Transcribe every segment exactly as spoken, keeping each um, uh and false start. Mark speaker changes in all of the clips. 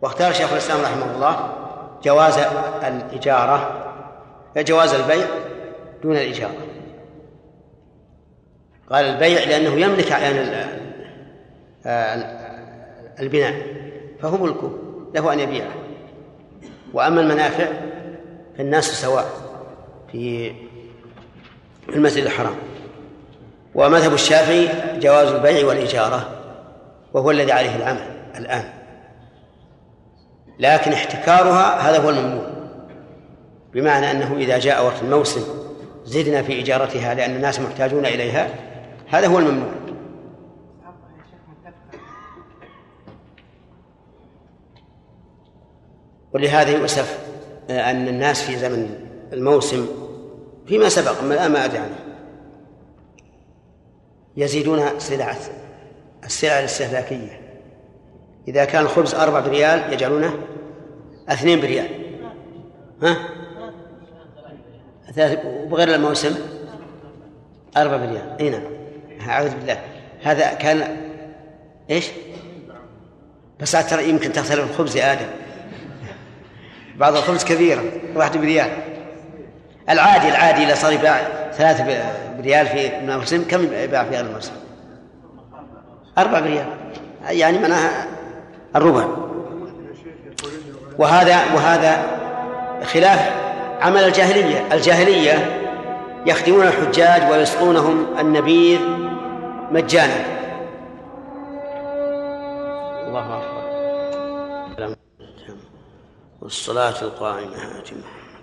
Speaker 1: واختار شيخ الإسلام رحمه الله جواز الإجارة، جواز البيع دون الإجارة. قال البيع لأنه يملك يعني البناء فهو ملكه له أن يبيعه، وأما المنافع فالناس سواء في المسجد الحرام. ومذهب الشافعي جواز البيع والإجارة، وهو الذي عليه العمل الآن، لكن احتكارها هذا هو الممنوع، بمعنى أنه إذا جاء وقت الموسم زدنا في إجارتها لأن الناس محتاجون إليها، هذا هو الممنوع. ولهذا يؤسف أن الناس في زمن الموسم فيما سبق ما أدري عنه يزيدون سلعة السلع الاستهلاكية. إذا كان الخبز أربع بريال يجعلونه اثنين بريال، ها؟ وبغير الموسم أربع بريال. إيه نعم، أعوذ بالله. هذا كان إيش؟ بس ترى يمكن تختلف الخبز يا آدم، بعض الخبز كبيرة واحد بريال. العادي العادي إذا صار يباع ثلاثة بريال في الموسم كم يباع في الموسم؟ أربع بريال، يعني معناها الربع. وهذا وهذا خلاف عمل الجاهلية. الجاهلية يخدمون الحجاج ويسقونهم النبيذ مجانا. الله أكبر. والصلاة القائمة هاتم.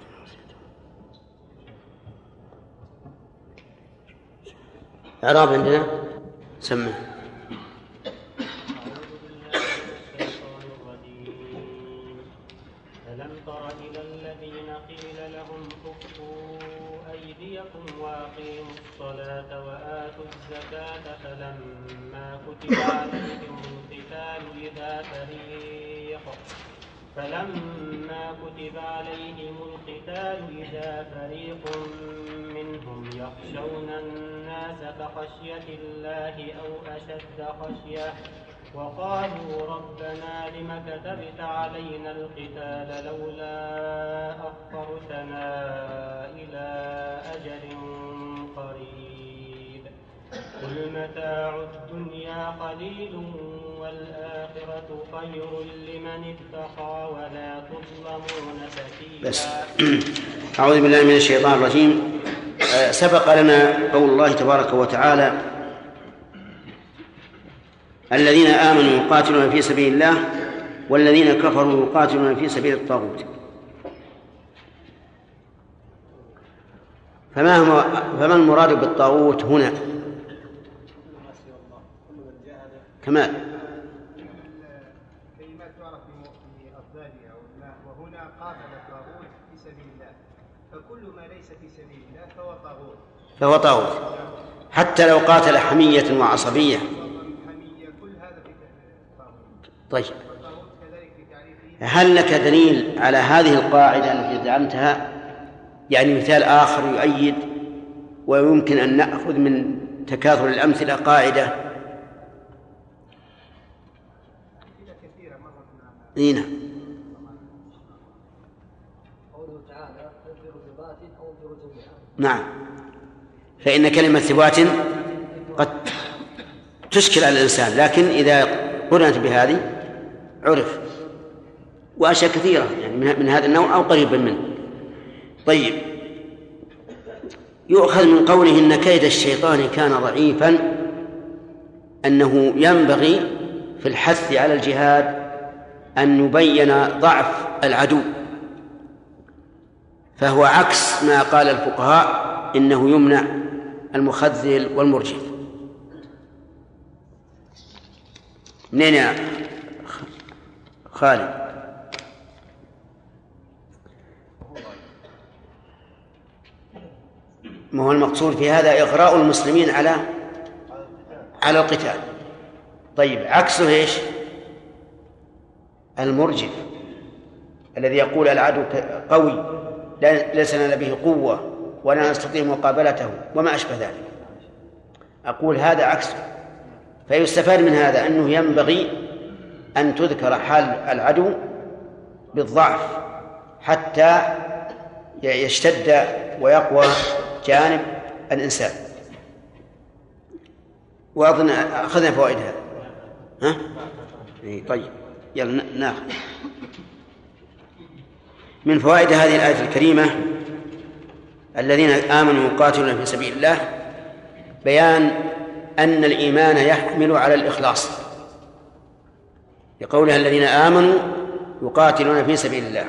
Speaker 1: إعراب عندنا سمع.
Speaker 2: ألم تر إلى الذين قيل لهم كفوا أيديكم وأقيموا الصلاة وآتوا الزكاة فلما كتب عليهم القتال إذا فريق فلما كتب عليهم القتال إذا فريق منهم يخشون الناس كخشية الله أو أشد خشية وقالوا ربنا لم كتبت علينا القتال لولا أخرتنا إلى أجل قريب قل متاع الدنيا قليل والآخرة خير لمن اتقى ولا تظلمون فتيلا.
Speaker 1: أعوذ بالله من الشيطان الرجيم. سبق لنا قول الله تبارك وتعالى الذين آمنوا يقاتلون في سبيل الله والذين كفروا يقاتلون في سبيل الطاغوت. فما هو فما المراد بالطاغوت هنا؟ كمال
Speaker 3: كلمات تعرف بأفضالها، وهنا قاتل الطاغوت في سبيل الله، فكل ما ليس في سبيل الله فهو طاغوت
Speaker 1: فهو طاغوت حتى لو قاتل حمية وعصبية. طيب، هل لك دليل على هذه القاعدة التي زعمتها؟ يعني مثال آخر يؤيد، ويمكن أن نأخذ من تكاثر الأمثلة قاعدة. نعم. نعم، فإن كلمة ثبات قد تشكل على الإنسان، لكن إذا قرنت بهذه عرف. وأشياء كثيرة يعني من هذا النوع أو قريبا منه. طيب، يؤخذ من قوله إن كيد الشيطان كان ضعيفا أنه ينبغي في الحث على الجهاد أن يبين ضعف العدو، فهو عكس ما قال الفقهاء إنه يمنع المخذل والمرجف. منين يا خالد؟ ما هو المقصود في هذا إغراء المسلمين على على القتال. طيب، عكسه إيش؟ المرجف الذي يقول العدو قوي ليس لنا به قوة ولا نستطيع مقابلته وما أشبه ذلك. أقول هذا عكسه. فيستفاد من هذا أنه ينبغي أن تذكر حال العدو بالضعف حتى يشتد ويقوى جانب الإنسان. وأظن أخذنا فوائدها. ها؟ طيب يلا ناخذ من فوائد هذه الآية الكريمة: الذين آمنوا يقاتلون في سبيل الله، بيان أن الإيمان يحمل على الإخلاص، لقولها الذين آمنوا يقاتلون في سبيل الله.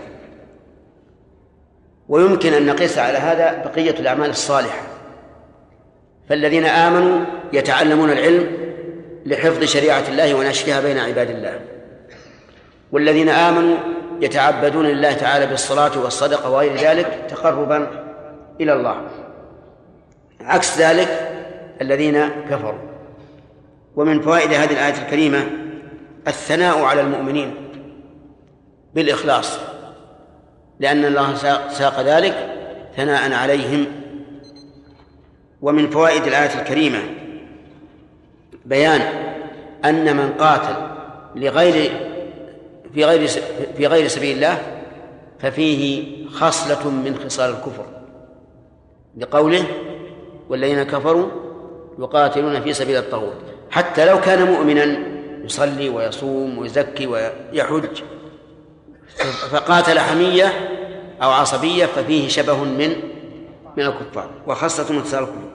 Speaker 1: ويمكن أن نقيس على هذا بقية الأعمال الصالحة، فالذين آمنوا يتعلمون العلم لحفظ شريعة الله ونشرها بين عباد الله، والذين آمنوا يتعبدون لله تعالى بالصلاة والصدقة وغير ذلك تقربا إلى الله، عكس ذلك الذين كفروا. ومن فوائد هذه الآية الكريمة الثناء على المؤمنين بالإخلاص، لأن الله ساق ذلك ثناء عليهم. ومن فوائد الآية الكريمة بيان أن من قاتل لغير في غير في غير سبيل الله ففيه خصلة من خصال الكفر، لقوله والذين كفروا يقاتلون في سبيل الطاغوت، حتى لو كان مؤمنا يصلي ويصوم ويزكي ويحج فقاتل حمية أو عصبية ففيه شبه من من الكفار وخاصة من خصال الكفر.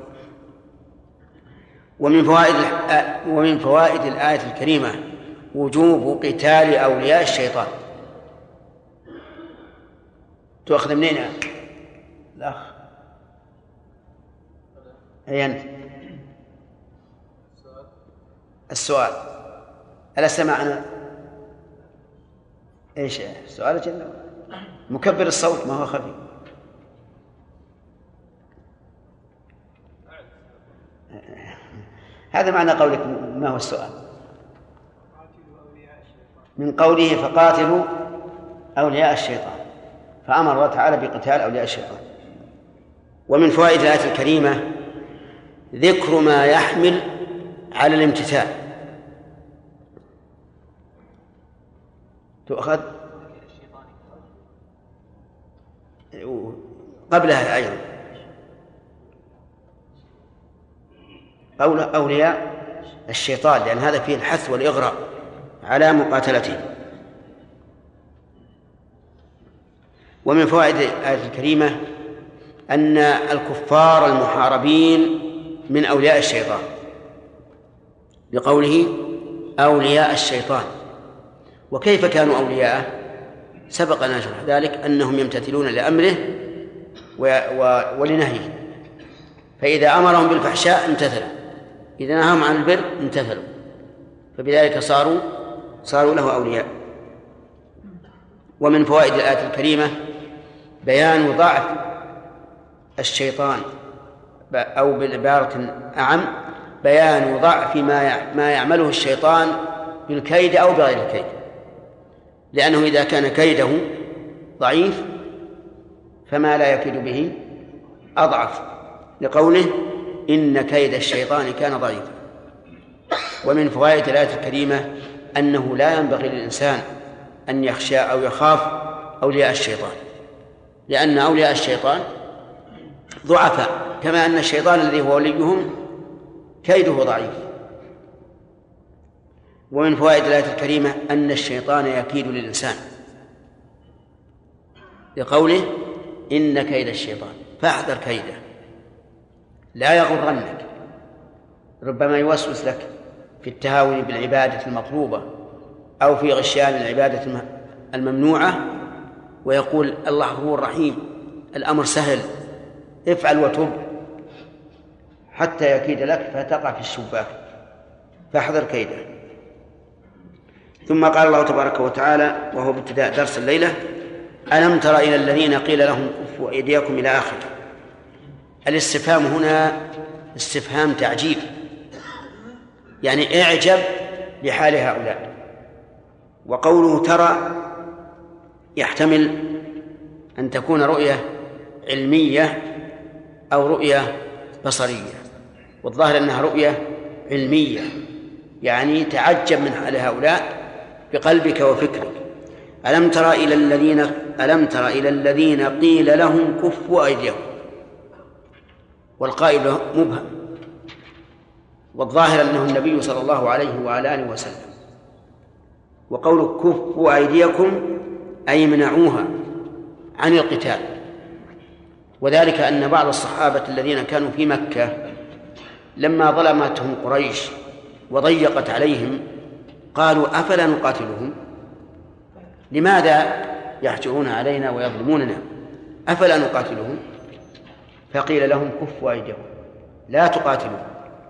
Speaker 1: ومن فوائد ومن فوائد الآية الكريمة وجوب قتال أولياء الشيطان. تؤخذ منين الأخ؟ أي أنت؟ السؤال ألا سمعنا إيش السؤال؟ جل مكبر الصوت ما هو خفي. هذا معنى قولك ما هو السؤال؟ من قوله فقاتلوا أولياء الشيطان، فأمر الله تعالى بقتال أولياء الشيطان. ومن فوائد الآية الكريمة ذكر ما يحمل على الامتثال. تؤخذ قبلها أيضا أولياء الشيطان، لأن هذا فيه الحث والإغراء على مقاتلته. ومن فوائد الآية الكريمة أن الكفار المحاربين من أولياء الشيطان، بقوله أولياء الشيطان. وكيف كانوا أولياءه؟ سبق أن نشرح ذلك، أنهم يمتثلون لأمره ولنهيه، فإذا أمرهم بالفحشاء امتثلوا، إذا نهاهم عن البر امتثلوا، فبذلك صاروا صاروا له أولياء. ومن فوائد الآية الكريمة بيان ضعف الشيطان، أو بالعبارة أعم بيان ضعف ما ما يعمله الشيطان بالكيد أو بغير الكيد، لأنه إذا كان كيده ضعيف فما لا يكيد به أضعف، لقوله إن كيد الشيطان كان ضعيفا. ومن فوائد الآية الكريمة أنه لا ينبغي للإنسان أن يخشى أو يخاف أولياء الشيطان، لأن أولياء الشيطان ضعفاء، كما أن الشيطان الذي هو وليهم كيده ضعيف. ومن فوائد الآية الكريمة أن الشيطان يكيد للإنسان، لقوله إن كيد الشيطان، فاحذر كيده لا يغرنك، ربما يوسوس لك في التهاون بالعبادة المطلوبة أو في غشيان العبادة الممنوعة، ويقول الله غفور رحيم، الأمر سهل، افعل وتب، حتى يكيد لك فتقع في الشباك، فاحذر كيده. ثم قال الله تبارك وتعالى وهو بابتداء درس الليلة: ألم تر إلى الذين قيل لهم كفوا أيديكم إلى آخره. الاستفهام هنا استفهام تعجيب، يعني اعجب لحال هؤلاء. وقوله ترى يحتمل أن تكون رؤية علمية أو رؤية بصرية، والظاهر أنها رؤية علمية، يعني تعجب من حال هؤلاء بقلبك وفكرك. ألم تر إلى الذين ألم تر إلى الذين قيل لهم كفوا أيديكم، والقائل مبهم، والظاهر أنه النبي صلى الله عليه وعلى آله وسلم. وقول كفوا أيديكم أي منعوها عن القتال، وذلك أن بعض الصحابة الذين كانوا في مكة لما ظلمتهم قريش وضيقت عليهم قالوا أفلا نقاتلهم، لماذا يحجرون علينا ويظلموننا، أفلا نقاتلهم؟ فقيل لهم كفوا أيديكم لا تقاتلوا،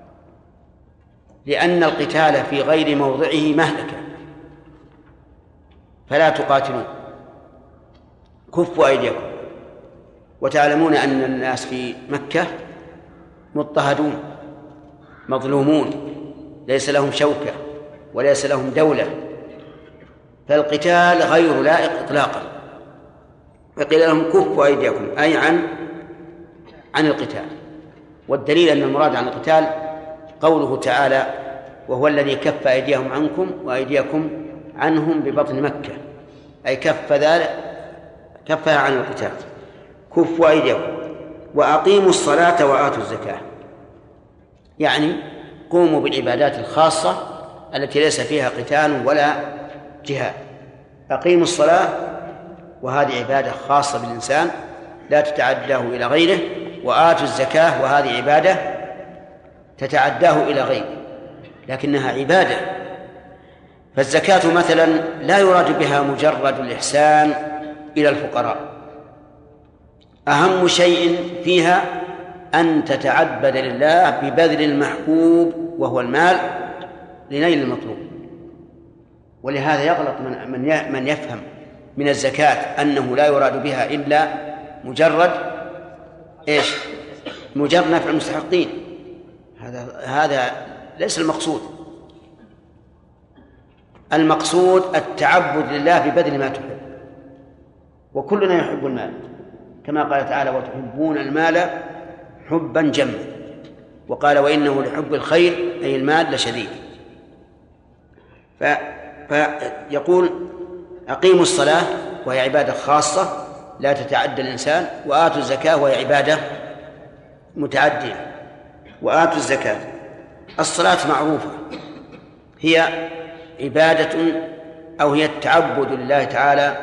Speaker 1: لأن القتال في غير موضعه مهلكة، فلا تقاتلوا، كفوا أيديكم. وتعلمون أن الناس في مكة مضطهدون مظلومون، ليس لهم شوكة وليس لهم دولة، فالقتال غير لائق إطلاقا. فقيل لهم كفوا أيديكم أي عن عن القتال. والدليل أن المراد عن القتال قوله تعالى وهو الذي كف أيديهم عنكم وأيديكم عنهم ببطن مكة، أي كف ذلك كفها عن القتال. كفوا أيديكم وأقيموا الصلاة وآتوا الزكاة، يعني قوموا بالعبادات الخاصة التي ليس فيها قتال ولا جهاد. أقيموا الصلاة وهذه عبادة خاصة بالإنسان لا تتعداه إلى غيره، وآتوا الزكاة وهذه عبادة تتعداه إلى غيره لكنها عبادة. فالزكاة مثلا لا يراد بها مجرد الإحسان إلى الفقراء، أهم شيء فيها أن تتعبد لله ببذل المحبوب وهو المال لنيل المطلوب. ولهذا يغلط من من يفهم من الزكاة أنه لا يراد بها إلا مجرد إيش؟ مجرد نفع المستحقين. هذا هذا ليس المقصود. المقصود التعبد لله ببذل ما تحب، وكلنا يحب المال كما قال تعالى وتحبون المال حبا جما، وقال وإنه لحب الخير أي المال لشديد. فيقول أقيموا الصلاة وهي عبادة خاصة لا تتعدى الإنسان، وآتوا الزكاة وهي عبادة متعدية. وآتوا الزكاة، الصلاة معروفة هي عبادة أو هي التعبد لله تعالى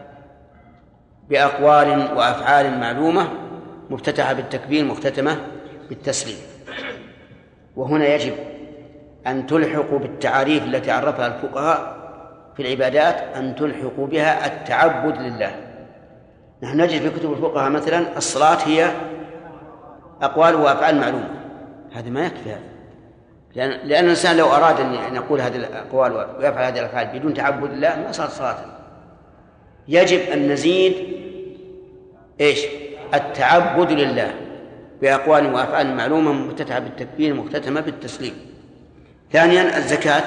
Speaker 1: بأقوال وأفعال معلومة مفتتحة بالتكبير مختتمة بالتسليم. وهنا يجب أن تلحقوا بالتعاريف التي عرفها الفقهاء في العبادات، أن تلحقوا بها التعبد لله. نحن نجد في كتب الفقهاء مثلا الصلاة هي أقوال وأفعال معلومة، هذا ما يكفي هذا، لأن, لأن الإنسان لو أراد أن يقول هذه الأقوال ويفعل هذه الأفعال بدون تعبد لله ما صارت صلاة. يجب أن نزيد إيش؟ التعبد لله بأقوال وأفعال معلومة مفتتحة بالتكبير مختتمة بالتسليم. ثانيا الزكاة،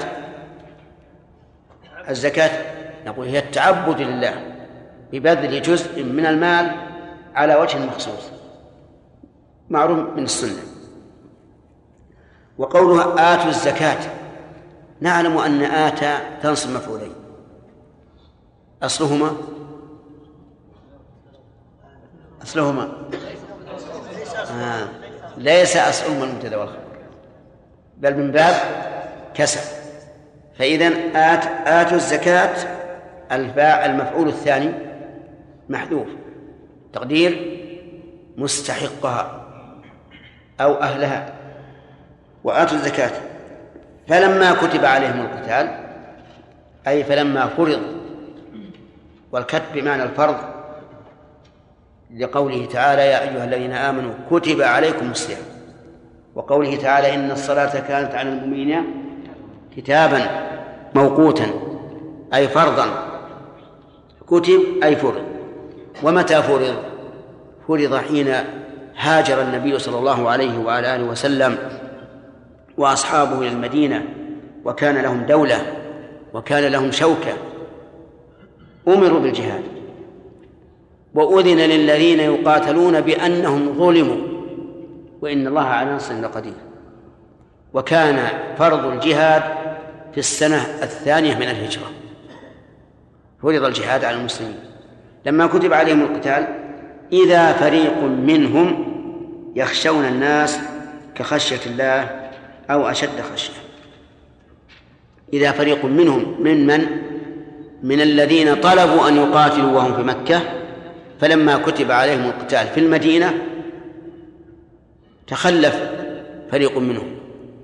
Speaker 1: الزكاة نقول هي التعبد لله ببذل جزء من المال على وجه مخصوص معروف من السنة. وقولها آتوا الزكاة، نعلم أن آتى تنصب مفعولين، أصلهما أصلهما آه. ليس أصلهما المبتدأ والخبر بل من باب كسر. فإذن آت آتوا الزكاة الفاعل المفعول الثاني محذوف تقدير مستحقها أو أهلها. وآتوا الزكاة فلما كتب عليهم القتال أي فلما فرض، والكتب بمعنى الفرض لقوله تعالى يا أيها الذين آمنوا كتب عليكم الصيام، وقوله تعالى إن الصلاة كانت على المؤمنين كتابا موقوتا أي فرضا، كتب أي فرض. ومتى فرض؟ فرض حين هاجر النبي صلى الله عليه وعلى آله وسلم وأصحابه إلى المدينة وكان لهم دولة وكان لهم شوكة، أمروا بالجهاد وأذن للذين يقاتلون بأنهم ظلموا وإن الله على نصرهم لقدير. وكان فرض الجهاد في السنة الثانية من الهجرة، فرض الجهاد على المسلمين لما كتب عليهم القتال إذا فريق منهم يخشون الناس كخشية الله أو أشد خشية. إذا فريق منهم من من من الذين طلبوا أن يقاتلوا وهم في مكة، فلما كتب عليهم القتال في المدينة تخلف فريق منهم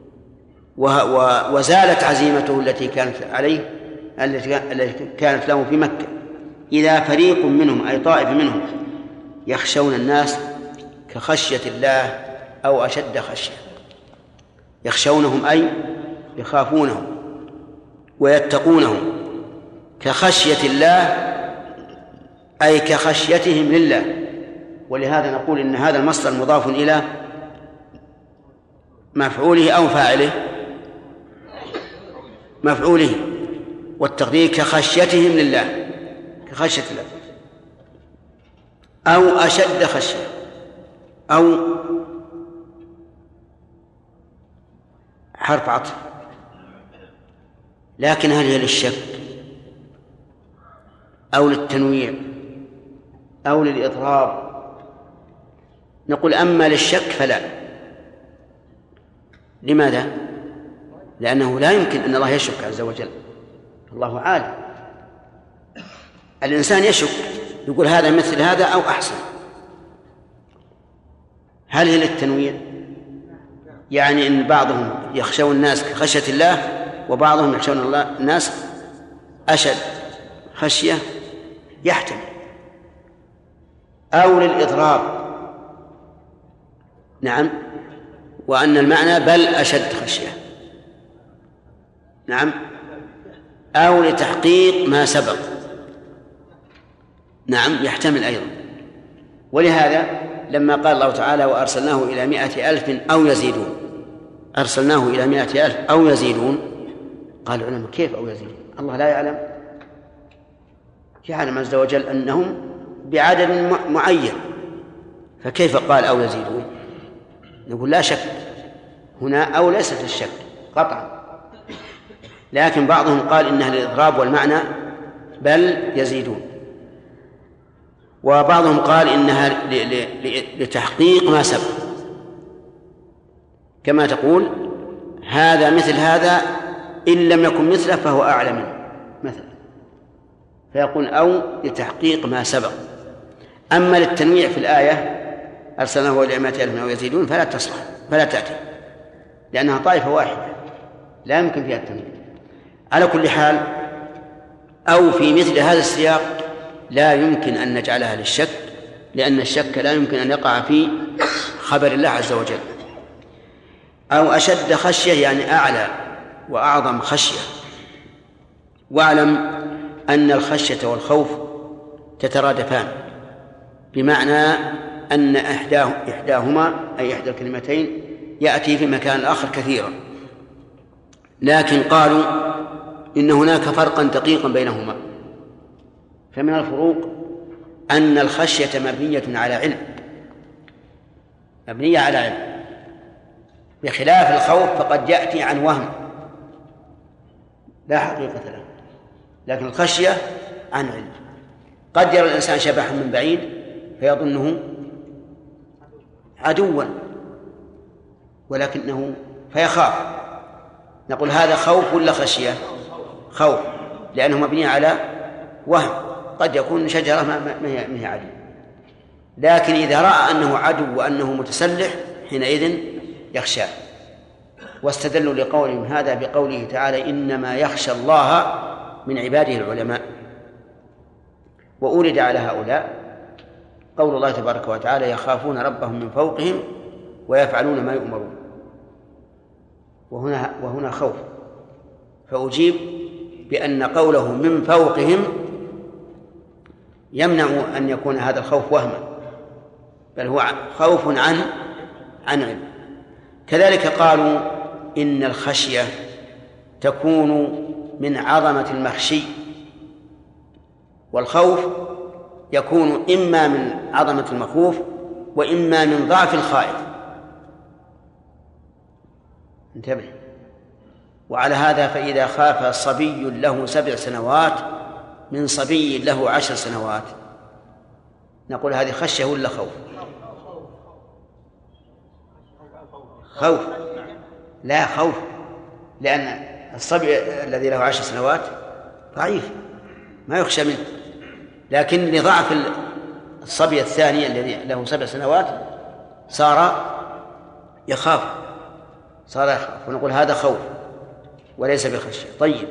Speaker 1: وزالت عزيمته التي كانت عليه التي كانت له في مكة. إذا فريق منهم أي طائفة منهم يخشون الناس كخشية الله أو أشد خشية، يخشونهم أي يخافونهم ويتقونهم، كخشية الله أي كخشيتهم لله. ولهذا نقول إن هذا المصدر مضاف إلى مفعوله أو فاعله مفعوله، والتقدير كخشيتهم لله، كخشية الله أو أشد خشية، أو حرف عطف، لكن هل هي للشك أو للتنويع أو للإضراب؟ نقول أما للشك فلا. لماذا؟ لأنه لا يمكن أن الله يشك عز وجل، الله عالم. الإنسان يشك يقول هذا مثل هذا أو أحسن. هل هي للتنويع؟ يعني إن بعضهم يخشون الناس كخشية الله وبعضهم يخشون الله الناس أشد خشية، يحتمل. أو للإضراب، نعم، وأن المعنى بل أشد خشية، نعم، أو لتحقيق ما سبق، نعم، يحتمل أيضا. ولهذا لما قال الله تعالى وأرسلناه إلى مائة ألف أو يزيدون، أرسلناه إلى مائة ألف أو يزيدون، قال العلماء كيف أو يزيدون؟ الله لا يعلم؟ يعلم عز وجل أنهم بعدد معين، فكيف قال أو يزيدون؟ نقول لا شك هنا أو ليست للشك قطعا، لكن بعضهم قال إنها للإضراب والمعنى بل يزيدون، وبعضهم قال إنها لتحقيق ما سبق، كما تقول هذا مثل هذا إن لم يكن مثله فهو أعلى منه مثلا، فيقول أو لتحقيق ما سبق. أما للتنويع في الآية أرسلناه إلى مائة ألف أو يزيدون فلا تصلح، فلا تأتي، لأنها طائفة واحدة لا يمكن فيها التنويع. على كل حال، أو في مثل هذا السياق لا يمكن أن نجعلها للشك، لأن الشك لا يمكن أن يقع في خبر الله عز وجل. أو أشد خشية يعني أعلى وأعظم خشية. واعلم أن الخشية والخوف تترادفان، بمعنى أن إحداه إحداهما أي إحدى الكلمتين يأتي في مكان آخر كثيرا، لكن قالوا إن هناك فرقا دقيقا بينهما. فمن الفروق أن الخشية مبنية على علم، مبنية على علم، بخلاف الخوف فقد يأتي عن وهم لا حقيقة له، لكن الخشية عن علم. قد يرى الإنسان شبحا من بعيد فيظنه عدوا ولكنه فيخاف، نقول هذا خوف ولا خشية؟ خوف، لأنه مبني على وهم، قد يكون شجرة ما هي عدو، لكن إذا رأى أنه عدو وأنه متسلح حينئذ يخشى. واستدلوا لقولهم هذا بقوله تعالى إنما يخشى الله من عباده العلماء. وأورد على هؤلاء قول الله تبارك وتعالى يخافون ربهم من فوقهم ويفعلون ما يؤمرون، وهنا, وهنا خوف، فأجيب بأن قوله من فوقهم يمنع أن يكون هذا الخوف وهما، بل هو خوف عن عن علم. كذلك قالوا إن الخشية تكون من عظمة المخشي، والخوف يكون إما من عظمة المخوف وإما من ضعف الخائف. انتبه. وعلى هذا فإذا خاف صبي له سبع سنوات من صبي له عشر سنوات نقول هذه خشية ولا خوف؟ خوف. لا خوف، لأن الصبي الذي له عشر سنوات ضعيف ما يخشى منه، لكن لضعف الصبي الثاني الذي له سبع سنوات صار يخاف صار يخاف ونقول هذا خوف وليس بخشية. طيب،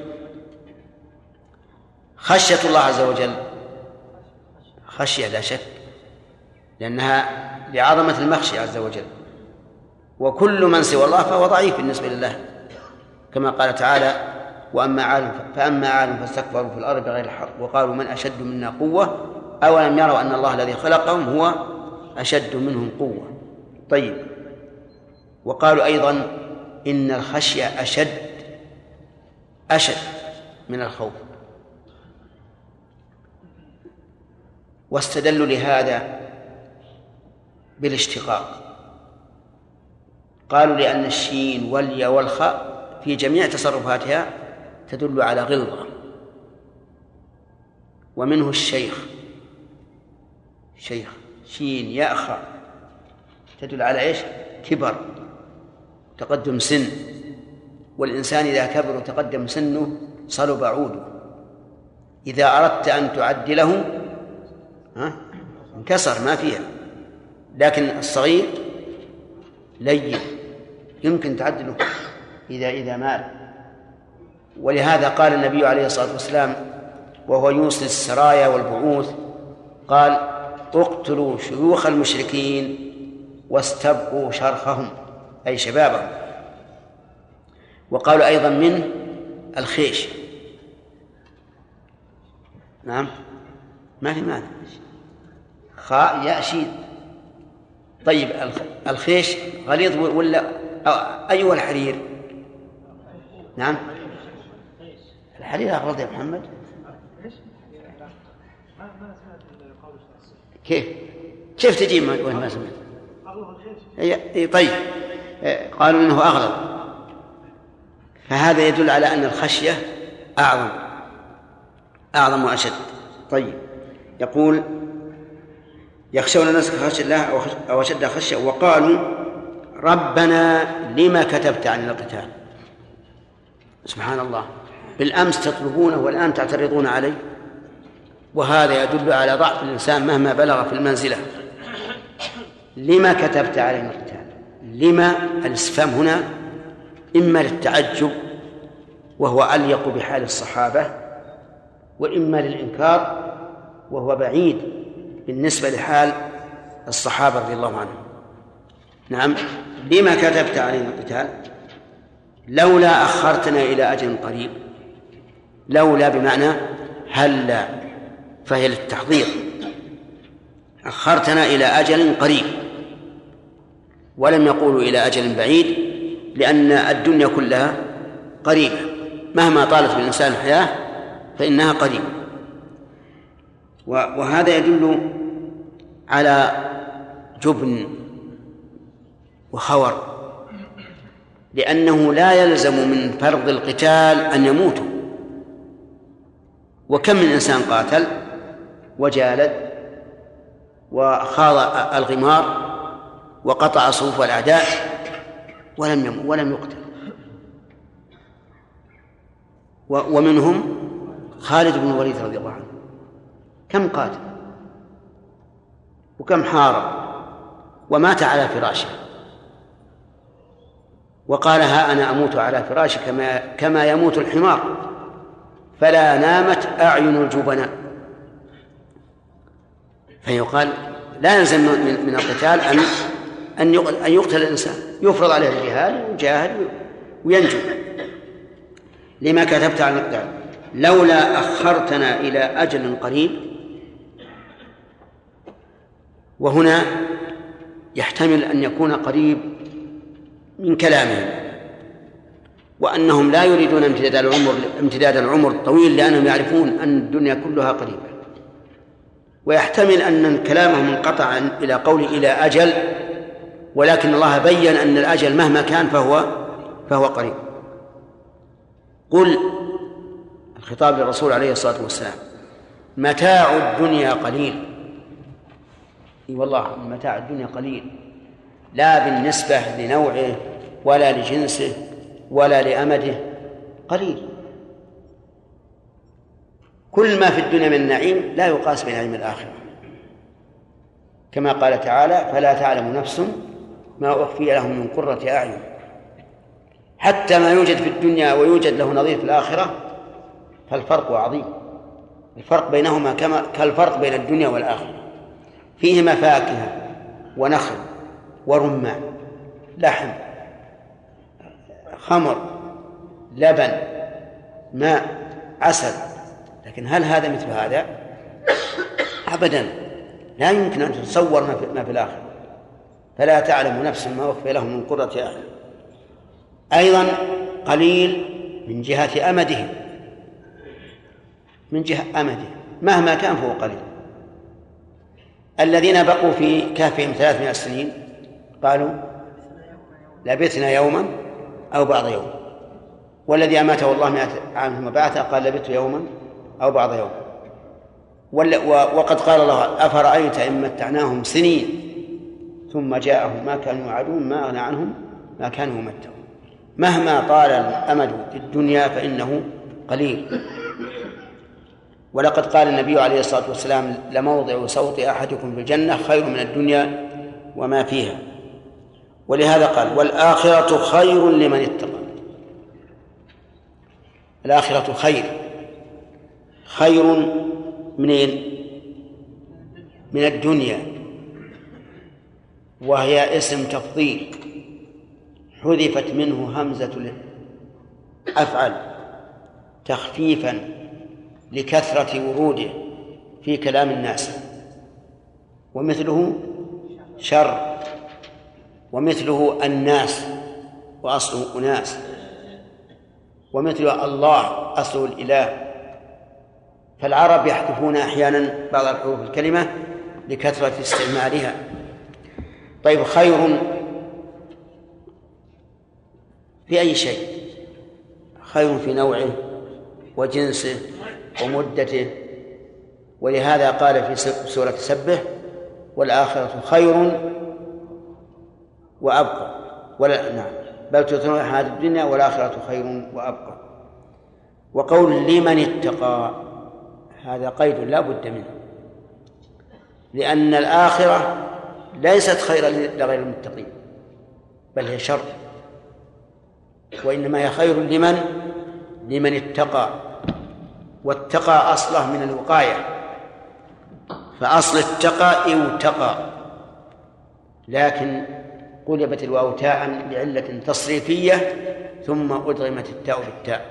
Speaker 1: خشية الله عز وجل خشية لا شك، لأنها لعظمة المخشي عز وجل، وكل من سوى الله فهو ضعيف بالنسبة لله، كما قال تعالى: وأما عاد فأما عاد فاستكبروا في الأرض بغير الحق وقالوا من أشد منا قوة أولم يروا أن الله الذي خلقهم هو أشد منهم قوة. طيب، وقالوا أيضا إن الخشية أشد أشد من الخوف، واستدلوا لهذا بالاشتقاق، قالوا لأن الشين والياء والخاء في جميع تصرفاتها تدل على غلظة، ومنه الشيخ، شيخ شين ياء خاء تدل على إيش؟ كبر، تقدم سن، والإنسان إذا كبر وتقدم سنه صلب عوده، إذا أردت أن تعدله ها انكسر ما فيها، لكن الصغير لين يمكن تعدله إذا إذا مال. ولهذا قال النبي عليه الصلاة والسلام وهو يوصي السرايا والبعوث، قال: اقتلوا شيوخ المشركين واستبقوا شرخهم، أي شبابهم. وقالوا أيضا منه الخيش. نعم، ما في مانع، خاء ياء شين. طيب، الخيش غليظ ولا أيها الحرير؟ نعم، الحرير أغلظ يا محمد. كيف كيف تجي وين ما سمعت؟ طيب، قالوا إنه أغلظ، فهذا يدل على أن الخشية أعظم أعظم وأشد. طيب، يقول: يخشون الناس كخشية الله أو أشد خشية، وقالوا ربنا لما كتبت عن القتال. سبحان الله، بالأمس تطلبونه والآن تعترضون عليه، وهذا يدل على ضعف الإنسان مهما بلغ في المنزلة. لما كتبت علينا القتال؟ لما الاستفهام هنا إما للتعجب وهو أليق بحال الصحابة، وإما للإنكار وهو بعيد بالنسبة لحال الصحابة رضي الله عنهم. نعم، لما كتبت علينا القتال؟ لولا أخرتنا إلى أجل قريب. لولا بمعنى هلا، فهي للتحضير. أخرتنا إلى أجل قريب، ولم يقولوا إلى أجل بعيد، لأن الدنيا كلها قريبة، مهما طالت بالإنسان الحياة فإنها قريبة. وهذا يدل على جبن وخور، لأنه لا يلزم من فرض القتال أن يموتوا. وكم من إنسان قاتل وجالد وخاض الغمار وقطع صفوف الأعداء ولم يموت ولم يقتل. ومنهم خالد بن الوليد رضي الله عنه، كم قاتل وكم حارب ومات على فراشه، وقال: ها أنا أموت على فراشي كما, كما يموت الحمار، فلا نامت أعين الجبناء. فيقال لا يلزم من القتال أن أن يقتل الإنسان، يفرض عليه الجهاد ويجاهد وينجو. لما كتبت على القتال لولا أخرتنا إلى أجل قريب. وهنا يحتمل أن يكون قريب من كلامهم، وأنهم لا يريدون امتداد العمر امتداد العمر الطويل، لأنهم يعرفون أن الدنيا كلها قريبة. ويحتمل أن كلامهم انقطع إلى قول إلى أجل، ولكن الله بيّن أن الأجل مهما كان فهو فهو قريب. قل، الخطاب للرسول عليه الصلاة والسلام، متاع الدنيا قليل. اي والله متاع الدنيا قليل، لا بالنسبة لنوعه ولا لجنسه ولا لأمده، قليل. كل ما في الدنيا من نعيم لا يقاس بنعيم الآخرة، كما قال تعالى: فلا تعلم نفس ما أخفي لهم من قرة أعين. حتى ما يوجد في الدنيا ويوجد له نظير في الآخرة فالفرق عظيم. الفرق بينهما كما كالفرق بين الدنيا والآخرة، فيهما فاكهة ونخل ورمان، لحم، خمر، لبن، ماء، عسل. لكن هل هذا مثل هذا؟ أبدا، لا يمكن أن تتصور ما في الآخرة. فلا تعلم نفس ما أخفي لهم من قرة أعين. أيضا قليل من جهة أمده، من جهة أمده مهما كان فهو قليل. الذين بقوا في كهفهم ثلاثمائة سنين قالوا لبثنا يوما أو بعض يوم، والذي أماته الله مئة عام ثم بعثه قال لبثت يوما أو بعض يوم. وقد قال الله: أفرأيت إن متعناهم سنين ثم جاءهم ما كانوا يوعدون ما أغنى عنهم ما كانوا يمتعون. مهما طال الأمد في الدنيا فإنه قليل. ولقد قال النبي عليه الصلاة والسلام: لموضع صوت أحدكم في الجنة خير من الدنيا وما فيها. ولهذا قال: والآخرة خير لمن اتقى. الآخرة خير، خير منين؟ من الدنيا، وهي اسم تفضيل حذفت منه همزة الأفعل تخفيفا لكثرة وروده في كلام الناس. ومثله شر، ومثله الناس وأصله أناس، ومثله الله أصله الإله. فالعرب يحذفون أحيانا بعض الحروف الكلمة لكثرة استعمالها. طيب، خير في أي شيء؟ خير في نوعه وجنسه ومدته. ولهذا قال في سورة سبه: والآخرة خير وأبقى. ولا نعم بل تؤثرون الحياة الدنيا والآخرة خير وأبقى. وقول لمن اتقى هذا قيد لا بد منه، لأن الآخرة ليست خيرا لغير المتقين بل هي شر، وإنما هي خير لمن لمن اتقى. واتقى أصله من الوقاية، فأصل اتقى اوتقى، لكن قلبت الواو تاء لعلة تصريفية ثم أدغمت التاء بالتاء.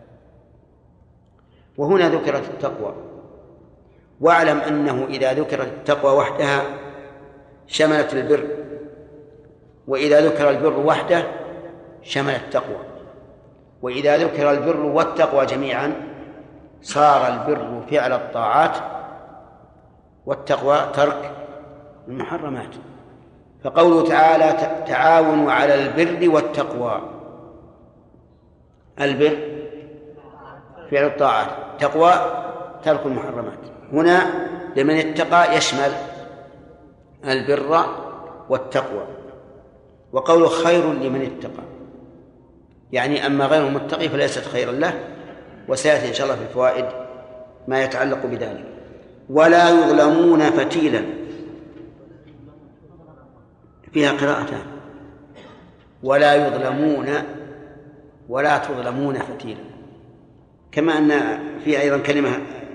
Speaker 1: وهنا ذكرت التقوى. واعلم أنه إذا ذكرت التقوى وحدها شملت البر، وإذا ذكر البر وحده شمل التقوى، وإذا ذكر البر والتقوى جميعا صار البر فعل الطاعات والتقوى ترك المحرمات. فقوله تعالى: تعاونوا على البر والتقوى. البر فعل الطاعات، تقوى ترك المحرمات. هنا لمن اتقى يشمل البر والتقوى. وقوله خير لمن اتقى يعني أما غير المتقي فليست خيرا له، وسيأتي إن شاء الله في الفوائد ما يتعلق بذلك. ولا يظلمون فتيلا، فيها قراءتان: ولا يظلمون ولا تظلمون فتيلا، كما أن في أيضا كلمة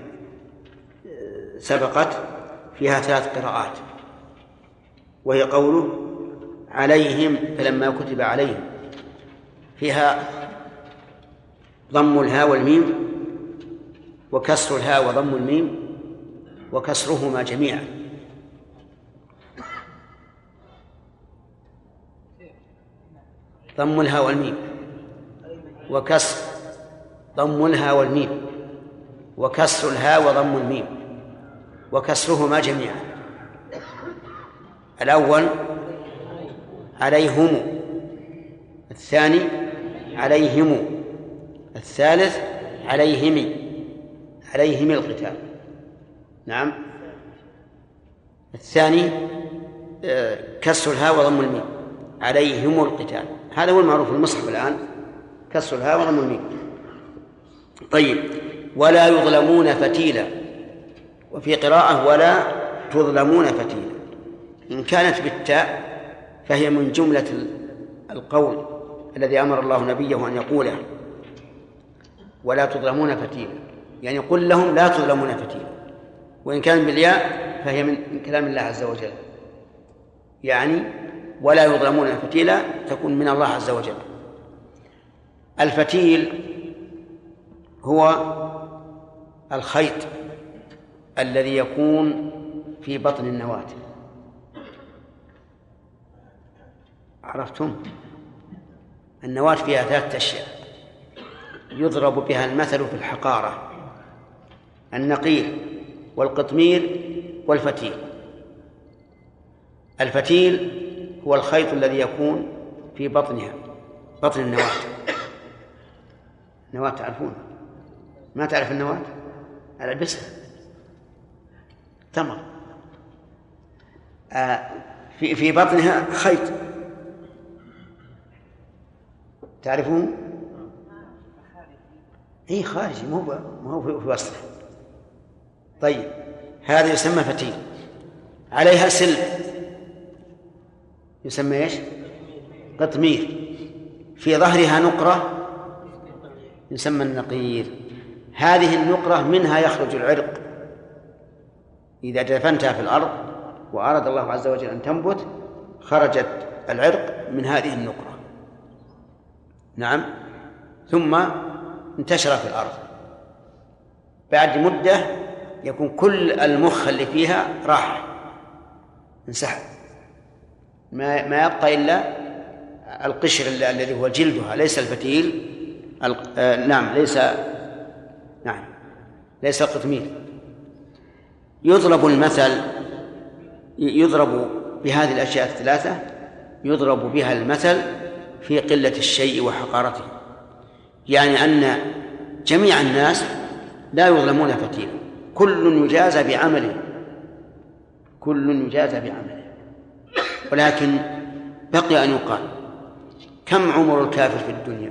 Speaker 1: سبقت فيها ثلاث قراءات، وهي قوله عليهم فلما كتب عليهم، فيها ضم الهاء والميم وكسر الهاء وضم الميم وكسرهما جميعا. ضم الهاء والميم وكسر ضم الهاء والميم وكسر الهاء وضم الميم وكسرهما جميعا. الأول عليهم، الثاني عليهم، الثالث عليهم عليهم القتال. نعم. الثاني كسر الهاء وضم الميم، عليهم القتال، هذا هو المعروف في المصحف الآن، كسر الهاء وضم الميم. طيب، ولا يظلمون فتيلا، وفي قراءة ولا تظلمون فتيلا. إن كانت بالتاء فهي من جملة القول الذي أمر الله نبيه أن يقوله، ولا تظلمون فتيلا، يعني قل لهم لا تظلمون فتيلا. وإن كان بالياء فهي من كلام الله عز وجل، يعني ولا يظلمون فتيلا تكون من الله عز وجل. الفتيل هو الخيط الذي يكون في بطن النواة، عرفتم؟ النواة فيها ثلاثة أشياء يضرب بها المثل في الحقارة: النقير والقطمير والفتيل. الفتيل هو الخيط الذي يكون في بطنها، بطن النواة. النواة تعرفون؟ ما تعرف النواة؟ ألبسها تمر، آه في في بطنها خيط، تعرفون؟ هي خارجي، مو مو في وسطها. طيب، هذا يسمى فتيل. عليها سلب يسمى ايش؟ قطمير. في ظهرها نقرة يسمى النقير. هذه النقرة منها يخرج العرق، إذا دفنتها في الأرض وأراد الله عز وجل أن تنبت خرجت العرق من هذه النقرة، نعم، ثم انتشر في الأرض. بعد مدة يكون كل المخ اللي فيها راح انسحب، ما ما يبقى إلا القشر الذي هو جلدها، ليس الفتيل. آه نعم ليس نعم ليس القطمير. يضرب المثل، يضرب بهذه الأشياء الثلاثة، يضرب بها المثل في قلة الشيء وحقارته، يعني أن جميع الناس لا يظلمون فتيلا، كل يجازى بعمله، كل يجازى بعمله. ولكن بقي أن يقال: كم عمر الكافر في الدنيا؟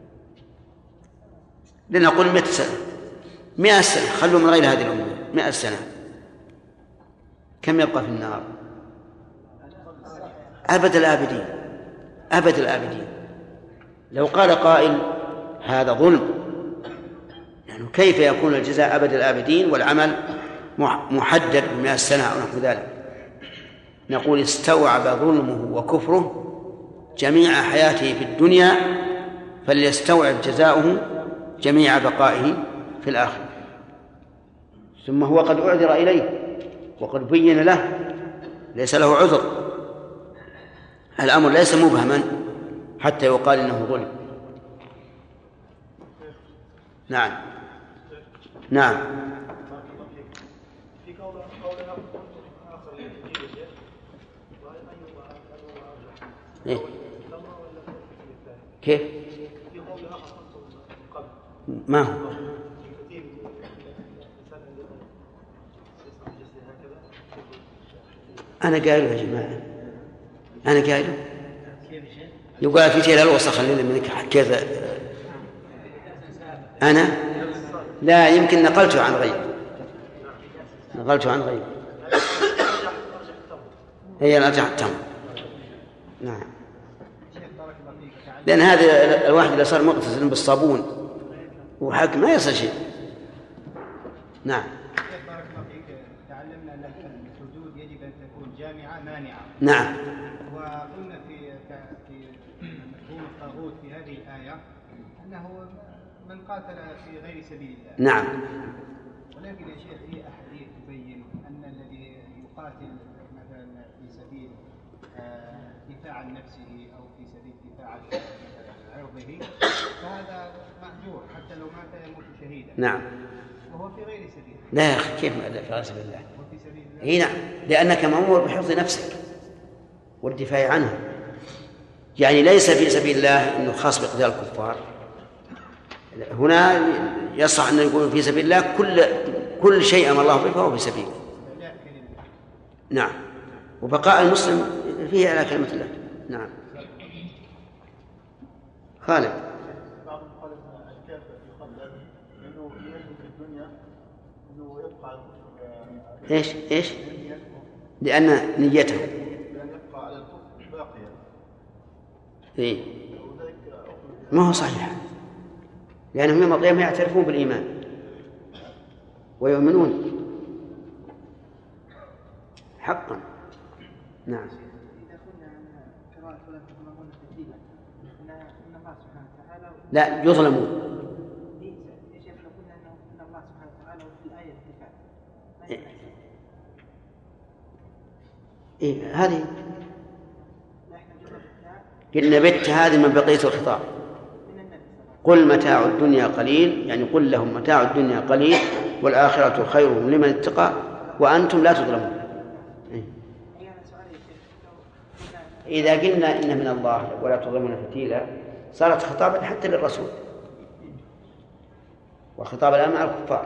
Speaker 1: لنقول مئة سنة، مئة سنة، خلوا من غير هذه الأمور، مئة سنة. كم يبقى في النار؟ أبد الآبدين، أبد الآبدين. لو قال قائل هذا ظلم، يعني كيف يكون الجزاء أبد الآبدين والعمل محدد بمئة سنة أو نحو ذلك؟ نقول: استوعب ظلمه وكفره جميع حياته في الدنيا، فليستوعب جزاؤه جميع بقائه في الآخرة. ثم هو قد أعذر إليه وقد بين له، ليس له عذر، الأمر ليس مبهما حتى يقال إنه ظلم. نعم نعم. إيه؟ كيف؟ ما هو؟ أنا قايله يا جماعة، أنا قايله. يقول في شيء الوسخ اللي منك حكيت أنا، لا يمكن نقلته عن غير، نقلته عن غير. هي الأرجح التمر. نعم، لأن هذا الواحد اللي صار مغتسل بالصابون وحك ما يصل شيء. نعم.
Speaker 3: بارك الله فيك، تعلمنا أن الحدود يجب أن تكون جامعة مانعة.
Speaker 1: نعم.
Speaker 3: وقلنا في في مفهوم الطاغوت في هذه الآية أنه من قاتل في غير سبيل الله.
Speaker 1: نعم.
Speaker 3: ولكن يا شيخ في أحاديث تبين أن الذي يقاتل مثلا في سبيل دفاع عن نفسه أو في سبيل دفاع عن عرضه فهذا مأجور حتى لو مات يموت شهيدا.
Speaker 1: نعم.
Speaker 3: وهو في غير سبيل.
Speaker 1: لا يا أخي، كيف ما في غير سبيل الله؟
Speaker 3: وفي سبيل الله.
Speaker 1: إيه نعم، لأنك مأمور بحفظ نفسك والدفاع عنها. يعني ليس في سبيل الله إنه خاص بقتال الكفار. هنا يصح أن يقول في سبيل الله كل كل شيء أمر الله به فهو في سبيله. نعم. وبقاء المسلم فيه على كلمة الله. نعم. خالد.
Speaker 4: بعض قال الكافر يخلد لأنه يجب في الدنيا أنه يبقى
Speaker 1: إيش إيش؟ لأن نيته
Speaker 4: لأن يبقى على الكفر باقيا.
Speaker 1: إيه. ما هو صحيح، لأنهم يوم القيامة يعترفون بالإيمان ويؤمنون حقا. نعم. لا يظلمون. إيه هذه قلنا بت هذه من بقية الخطاب. قل متاع الدنيا قليل، يعني قل لهم متاع الدنيا قليل والآخرة خير لمن اتقى وأنتم لا تظلمون. إيه؟ إذا قلنا إن من الله ولا تظلمون فتيلا صارت خطابا حتى للرسول، وخطاب الآن مع الكفار.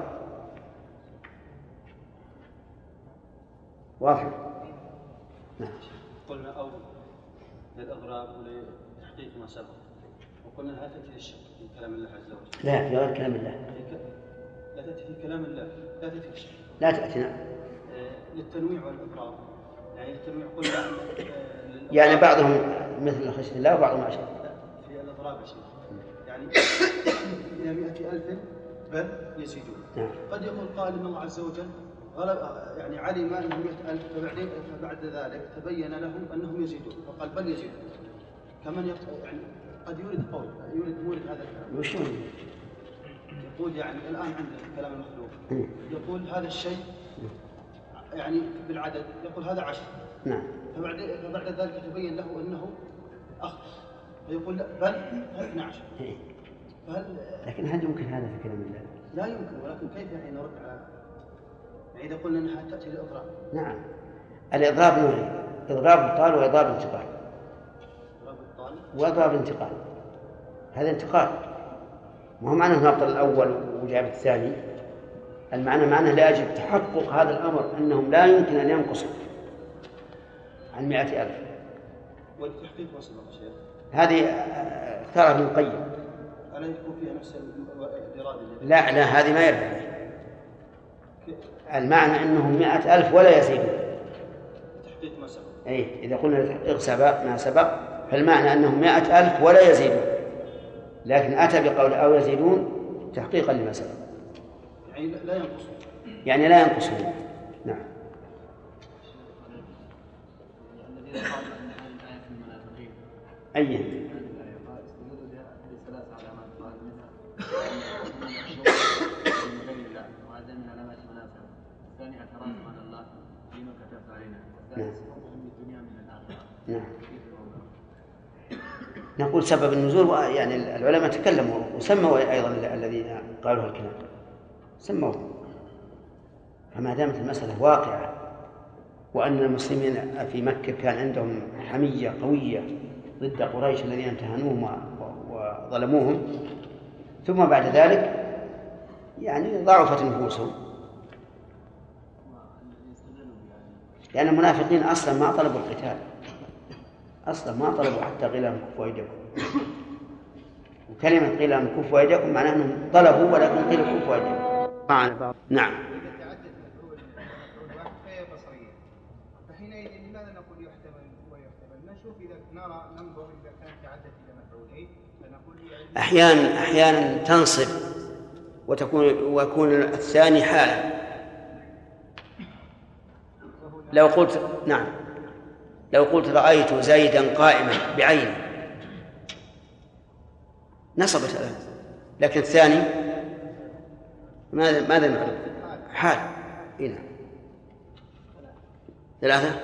Speaker 1: واضح؟ نعم.
Speaker 5: قلنا أو للإضراب ولتحقيق ما سبق، وقلنا لا تأتي للشك في كلام الله عز وجل.
Speaker 1: لا في غير كلام الله.
Speaker 5: لا تأتي في كلام الله، لا تأتي للشك.
Speaker 1: لا تأتي. نعم.
Speaker 5: للتنويع والإضراب، يعني التنويع قلنا
Speaker 1: يعني بعضهم مثل خشية الله وبعضهم عشان
Speaker 5: في الإضراب شيء، يعني إلى مئة ألف بل يزيدون. نعم. قد يقول قال إن الله عز وجل غلب، يعني علم أنهم مئة ألف فبعد فبعد ذلك تبين لهم أنهم يزيدون فقال بل يزيدون. كمن يق... يعني قد يورد قول يورد مورد هذا الكلام.
Speaker 1: وش
Speaker 5: يقول يعني الآن عندنا كلام المخلوق يقول هذا الشيء يعني بالعدد، يقول هذا عشر.
Speaker 1: نعم.
Speaker 5: فبعد فبعد ذلك تبين له أنه أخطأ فيقول لا بل اثنا عشر. فهل...
Speaker 1: لكن هل يمكن هذا في كلام الله؟
Speaker 5: لا يمكن، ولكن كيف يعني نرد على يعني إذا قلنا أنها تأتي للإضراب؟
Speaker 1: نعم. الإضراب نوعين: إضراب إبطال وإضراب انتقال.
Speaker 5: إضراب إبطال
Speaker 1: وإضراب انتقال. هذا انتقال، وهو معنى أنه أبطل الأول وجاب الثاني. المعنى معنى لا يجب تحقق هذا الأمر أنهم لا يمكن أن ينقصوا عن مئة ألف.
Speaker 5: والتحقيق وصل شيء
Speaker 1: هذه اختارها ابن القيم.
Speaker 5: ألا يكون فيها نفس الإرادة؟
Speaker 1: لا لا، هذه ما يرجع. المعنى أنهم مئة ألف ولا يزيدون.
Speaker 5: تحقيق ما سبق.
Speaker 1: أي إذا قلنا تحقيق سبق ما سبق فالمعنى أنهم مئة ألف ولا يزيدون، لكن أتى بقول أو يزيدون تحقيقا لما سبق.
Speaker 5: يعني لا ينقصون.
Speaker 1: يعني لا ينقصون. نعم.
Speaker 6: الذين قالوا أن هذه الآية في المنافقين.
Speaker 1: أي. نعم. نقول سبب النزول، يعني العلماء تكلموا وسموا أيضا الذين قالوا الكلام سموا. فما دامت المسألة واقعة وأن المسلمين في مكة كان عندهم حمية قوية ضد قريش الذين امتهنوهم وظلموهم، ثم بعد ذلك يعني ضعفت نفوسهم، لأن المنافقين أصلا ما طلبوا القتال، أصلا ما طلبوا حتى قيل لهم كفوا أيديكم. وكلمة قيل لهم كفوا أيديكم معناه أنهم طلبوا ولكن قيل كفوا أيديكم. نعم.
Speaker 3: فحينئذ لماذا نقول يحتمل ويحتمل؟ نشوف إذا نرى ننظر إذا كانت تعدت إلى مفعولين فنقول
Speaker 1: أحيانا أحيانا تنصب وتكون ويكون الثاني حالا. لو قلت نعم لو قلت رأيت زيدا قائما بعينه نصبت الآن، لكن الثاني ماذا ماذا نعرف؟ حال. هنا ثلاثة.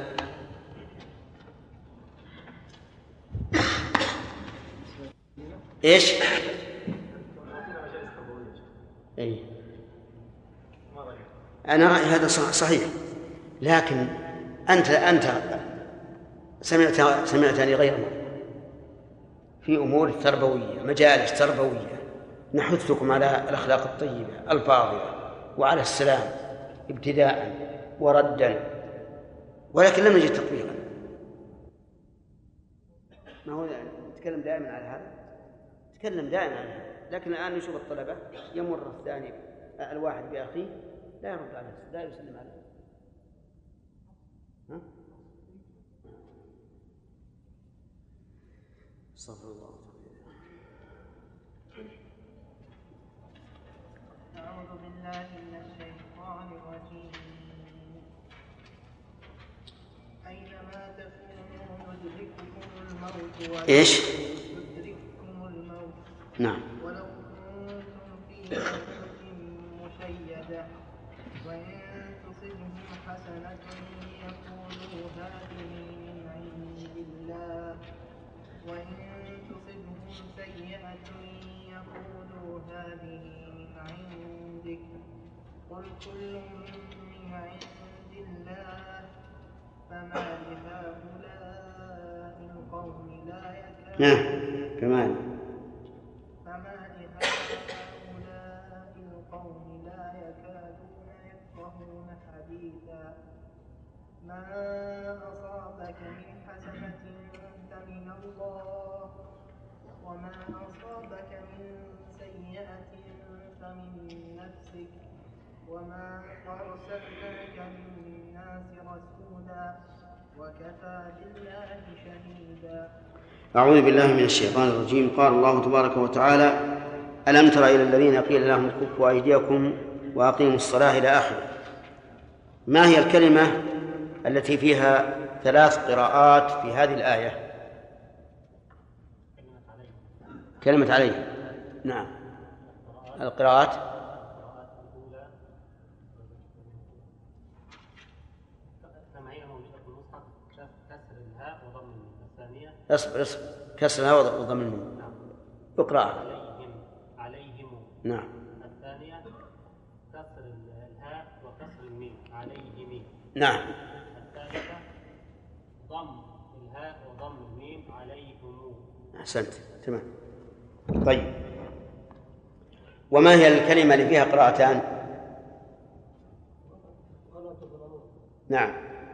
Speaker 1: إيش؟ أي أنا رأيي هذا صحيح، لكن أنت أنت سمعت سمعتني غير مرة في أمور تربوية، مجالس تربوية نحثكم على الأخلاق الطيبة الفاضلة وعلى السلام ابتداء وردا، ولكن لم نجد تطبيقا. ما هو نتكلم دائما على هذا، نتكلم دائما على هذا، لكن الآن نشوف الطلبة يمر الثاني الواحد بأخيه لا يرد عليه، لا يسلم عليه. ها؟ استغفر الله.
Speaker 2: أعوذ بالله من الشيطان الرجيم. أينما تكونوا يدرككم الموت
Speaker 1: إيش؟
Speaker 2: يدرككم الموت
Speaker 1: نعم.
Speaker 2: ولو كنتم في بيوت مشيدة وإن تصبهم حسنة يقولوا هذه من عند الله وإن تصبهم سيئة يقولوا هذه من عندك قل كل من عند الله فما لهؤلاء القوم لا يكادون
Speaker 1: كمان
Speaker 2: فما لهؤلاء القوم لا يكادون يفقهون حديثا ما أصابك من حسنة فمن الله وما أصابك من سيئة فمن نفسك وما أرسلناك للناس رسولا وكفى بالله شهيدا.
Speaker 1: أعوذ بالله من الشيطان الرجيم. قال الله تبارك وتعالى: ألم تر إلى الذين قيل لهم كفوا أيديكم وأقيموا الصلاة إلى آخره. ما هي الكلمة التي فيها ثلاث قراءات في هذه الآية؟ كلمة عليه. نعم. القراءات اصبر اصبر كسر الهاء وضم الميم. اقرأ.
Speaker 2: عليهم عليهم
Speaker 1: نعم.
Speaker 2: الثانية كسر الهاء وكسر الميم عليهم.
Speaker 1: نعم.
Speaker 2: الثالثة ضم الهاء وضم الميم عليهم.
Speaker 1: أحسنت تمام. طيب، وما هي الكلمة اللي فيها قراءتان؟ نعم.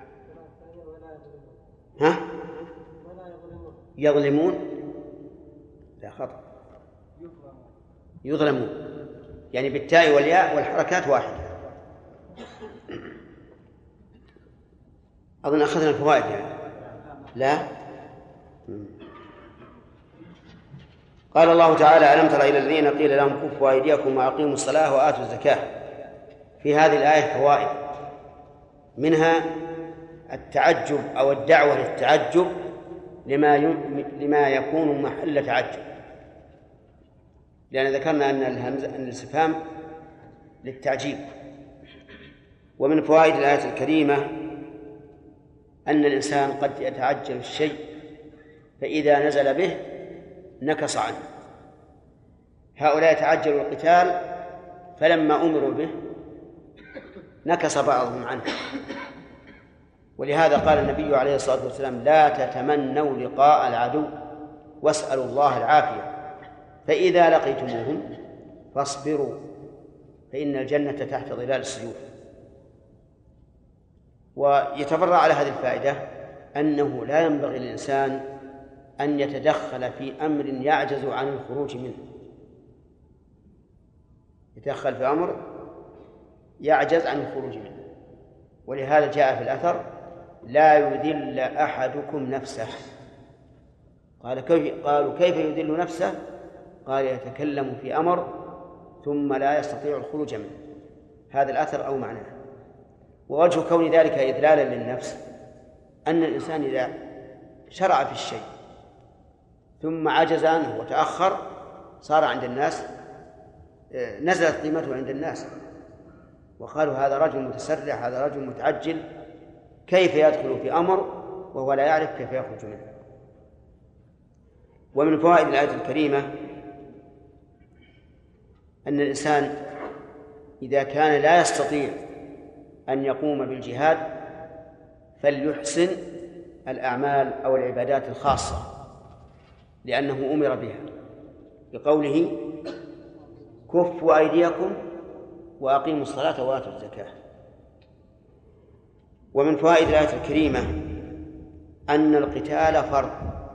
Speaker 1: ها؟ يظلمون؟ لا، خطأ. يظلمون يعني بالتاء والياء والحركات واحدة. أظن أخذنا الفوائد يعني. لا. قال الله تعالى: ألم تر إلى الذين قيل لهم كفوا أيديكم وأقيموا الصلاة وآتوا الزكاة. في هذه الآية فوائد، منها التعجب أو الدعوة للتعجب لما لما يكون محل تعجب، لأن ذكرنا أن الهمزة أن الاستفهام للتعجيب. ومن فوائد الآية الكريمة أن الإنسان قد يتعجل الشيء فإذا نزل به نكص عنه. هؤلاء يتعجلوا القتال فلما أمروا به نكص بعضهم عنه. ولهذا قال النبي عليه الصلاة والسلام: لا تتمنوا لقاء العدو واسألوا الله العافية، فإذا لقيتموهم فاصبروا فإن الجنة تحت ظلال السيوف. ويتفرع على هذه الفائدة أنه لا ينبغي للإنسان أن يتدخل في أمر يعجز عن الخروج منه. يتدخل في أمر يعجز عن الخروج منه. ولهذا جاء في الأثر: لا يذل أحدكم نفسه. قال كيف؟ قالوا كيف يذل نفسه؟ قال: يتكلم في أمر ثم لا يستطيع الخروج منه. هذا الأثر أو معناه. ووجه كون ذلك إذلالا للنفس أن الإنسان إذا شرع في الشيء ثم عجز عنه وتأخر صار عند الناس نزلت قيمته عند الناس، وقالوا: هذا رجل متسرع، هذا رجل متعجل، كيف يدخل في أمر وهو لا يعرف كيف يخرج منه. ومن فوائد الآية الكريمة أن الإنسان إذا كان لا يستطيع أن يقوم بالجهاد فليحسن الأعمال أو العبادات الخاصة، لأنه أمر بها بقوله: كفوا أيديكم وأقيموا الصلاة وآتوا الزكاة. ومن فوائد الآية الكريمة أن القتال فرض،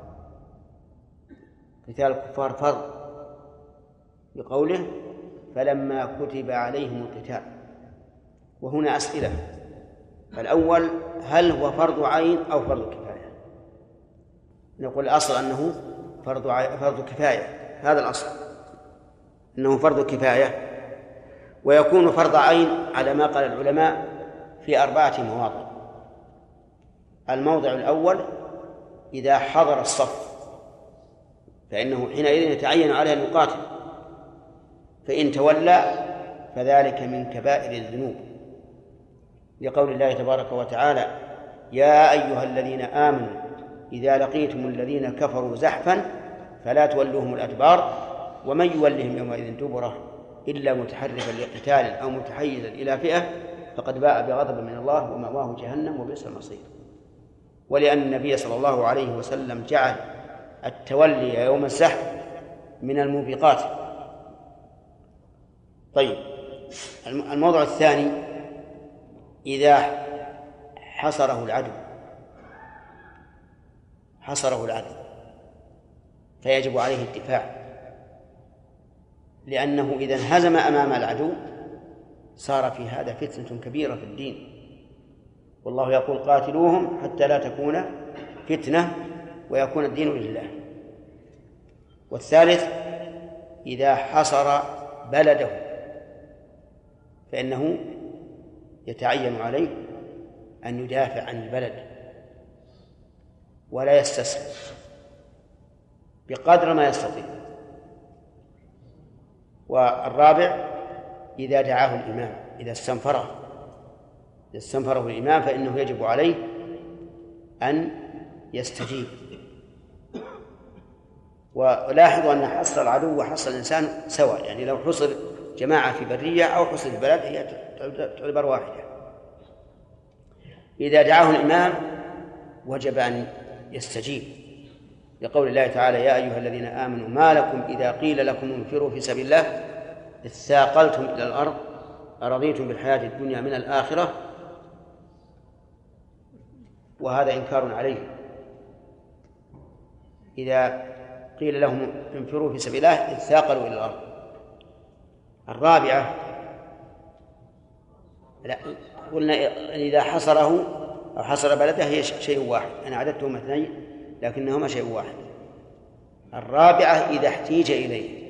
Speaker 1: قتال الكفار فرض بقوله فلما كتب عليهم القتال. وهنا أسئلة. الأول: هل هو فرض عين أو فرض كفاية؟ نقول الأصل أنه فرض عين فرض كفاية، هذا الأصل أنه فرض كفاية، ويكون فرض عين على ما قال العلماء في أربعة مواضع. الموضع الأول: إذا حضر الصف فإنه حينئذ يتعين عليه أن يقاتل، فإن تولى فذلك من كبائر الذنوب، لقول الله تبارك وتعالى: يا أيها الذين آمنوا إذا لقيتم الذين كفروا زحفا فلا تولوهم الأدبار ومن يولهم يومئذ دبره إلا متحرفا لقتال أو متحيزا إلى فئة فقد باء بغضب من الله ومأواه جهنم وبئس المصير. ولأن النبي صلى الله عليه وسلم جعل التولي يوم الزحف من الموبقات. طيب، الموضوع الثاني: إذا حصره العدو حصره العدو فيجب عليه الدفاع، لأنه إذا انهزم أمام العدو صار في هذا فتنة كبيرة في الدين، والله يقول: قاتلوهم حتى لا تكون فتنة ويكون الدين لله. والثالث: إذا حصر بلده فإنه يتعين عليه أن يدافع عن البلد ولا يستسلم بقدر ما يستطيع. والرابع: إذا دعاه الإمام، إذا استنفره إذا استنفره الإمام فإنه يجب عليه أن يستجيب. ولاحظوا أن حصر العدو وحصر الإنسان سواء، يعني لو حصر جماعة في برية أو حصر في بلد هي تعتبر واحدة. إذا دعاه الإمام وجب أن يستجيب، لقول الله تعالى: يا أيها الذين آمنوا ما لكم إذا قيل لكم انفروا في سبيل الله اثاقلتم إلى الأرض أرضيتم بالحياة الدنيا من الآخرة. وهذا إنكار عليه. إذا قيل لهم انفروا في سبيل الله اثاقلوا إلى الأرض. الرابعة: لا قلنا إذا حصره أو حصر بلده هي شيء واحد، أنا عددتهم اثنين لكنهما شيء واحد. الرابعة: إذا احتيج إليه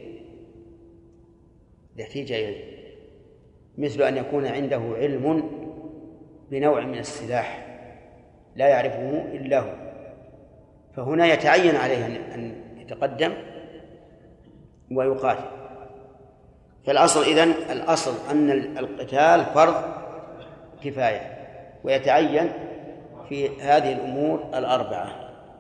Speaker 1: إذا احتيج إليه مثل أن يكون عنده علم بنوع من السلاح لا يعرفه إلا هو، فهنا يتعين عليه أن يتقدم ويقاتل. فالأصل إذن الأصل أن القتال فرض كفاية ويتعين في هذه الأمور الأربعة.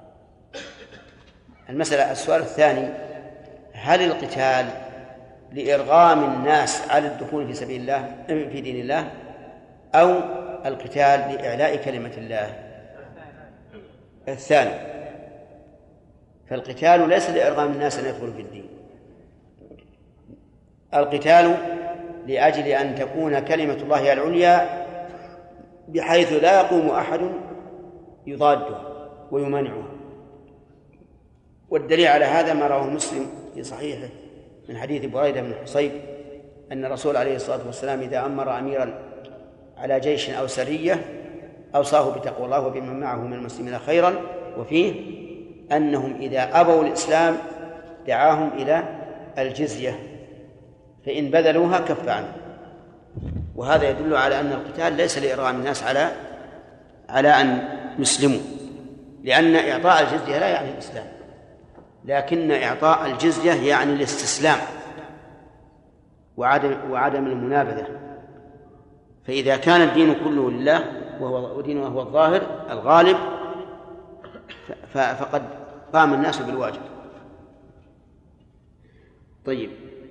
Speaker 1: المسألة السؤال الثاني: هل القتال لإرغام الناس على الدخول في سبيل الله في دين الله أو القتال لإعلاء كلمة الله؟ الثاني. فالقتال ليس لإرغام الناس أن يدخلوا في الدين، القتال لأجل أن تكون كلمة الله العليا بحيث لا يقوم أحد يضادها ويمنعها. والدليل على هذا ما رواه مسلم في صحيحه من حديث بريدة بن حصيب أن الرسول عليه الصلاة والسلام إذا أمر أميرا على جيش أو سرية أوصاه بتقوى الله وبمن معه من المسلمين خيرا، وفيه أنهم إذا أبوا الإسلام دعاهم إلى الجزية فإن بذلوها كف عنه. وهذا يدل على أن القتال ليس لإرغام الناس على على أن يسلموا، لأن إعطاء الجزية لا يعني الإسلام، لكن إعطاء الجزية يعني الاستسلام وعدم وعدم المنابذة. فإذا كان الدين كله لله وهو ودينه هو الظاهر الغالب فقد قام الناس بالواجب. طيب،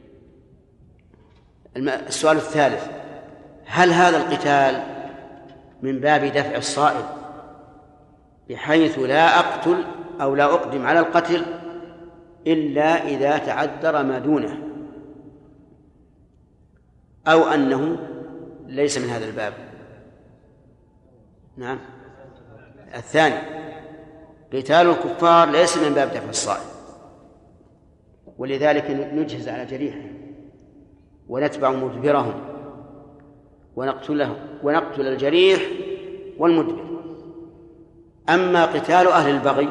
Speaker 1: السؤال الثالث: هل هذا القتال من باب دفع الصائل بحيث لا أقتل أو لا أقدم على القتل إلا إذا تعذر ما دونه؟ أو أنه ليس من هذا الباب. نعم الثاني قتال الكفار ليس من باب دفع الصائل، ولذلك نجهز على جريحه ونتبع مدبرهم ونقتله ونقتل الجريح والمدبر. أما قتال أهل البغي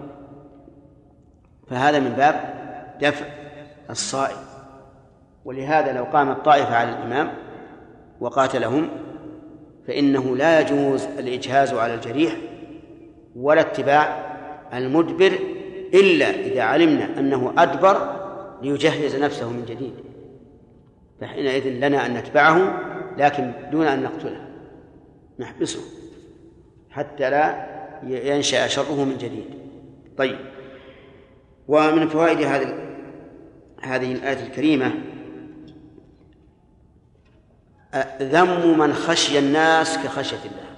Speaker 1: فهذا من باب دفع الصائل، ولهذا لو قامت طائفة على الإمام وقاتلهم فإنه لا يجوز الإجهاز على الجريح ولا اتباع المدبر إلا إذا علمنا أنه أدبر ليجهز نفسه من جديد، فحينئذ لنا أن نتبعه لكن دون أن نقتله، نحبسه حتى لا ينشأ شره من جديد. طيب، ومن فوائد هذه هذه الآية الكريمة ذم من خشي الناس كخشية الله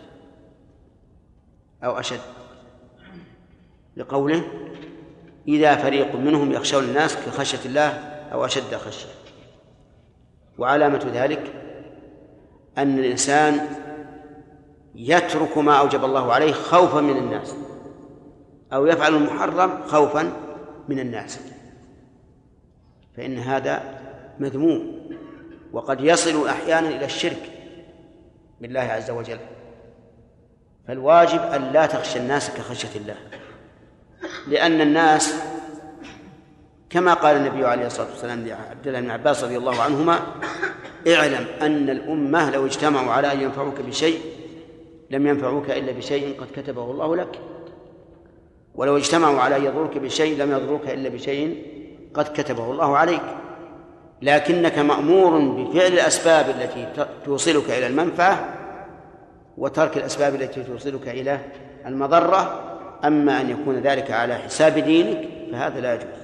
Speaker 1: أو أشد، لقوله إذا فريق منهم يخشون الناس كخشية الله أو أشد خشية. وعلامة ذلك أن الإنسان يترك ما أوجب الله عليه خوفا من الناس، أو يفعل المحرم خوفا من الناس، فإن هذا مذموم، وقد يصل أحيانا إلى الشرك بالله عز وجل. فالواجب أن لا تخشى الناس كخشية الله، لأن الناس كما قال النبي عليه الصلاة والسلام لعبد الله بن عباس رضي الله عنهما: اعلم أن الأمة لو اجتمعوا على أن ينفعوك بشيء لم ينفعوك إلا بشيء قد كتبه الله لك، ولو اجتمعوا على أن يضروك بشيء لم يضروك إلا بشيء قد كتبه الله عليك، لكنك مأمور بفعل الأسباب التي توصلك إلى المنفعة وترك الأسباب التي توصلك إلى المضرة. أما أن يكون ذلك على حساب دينك فهذا لا يجوز.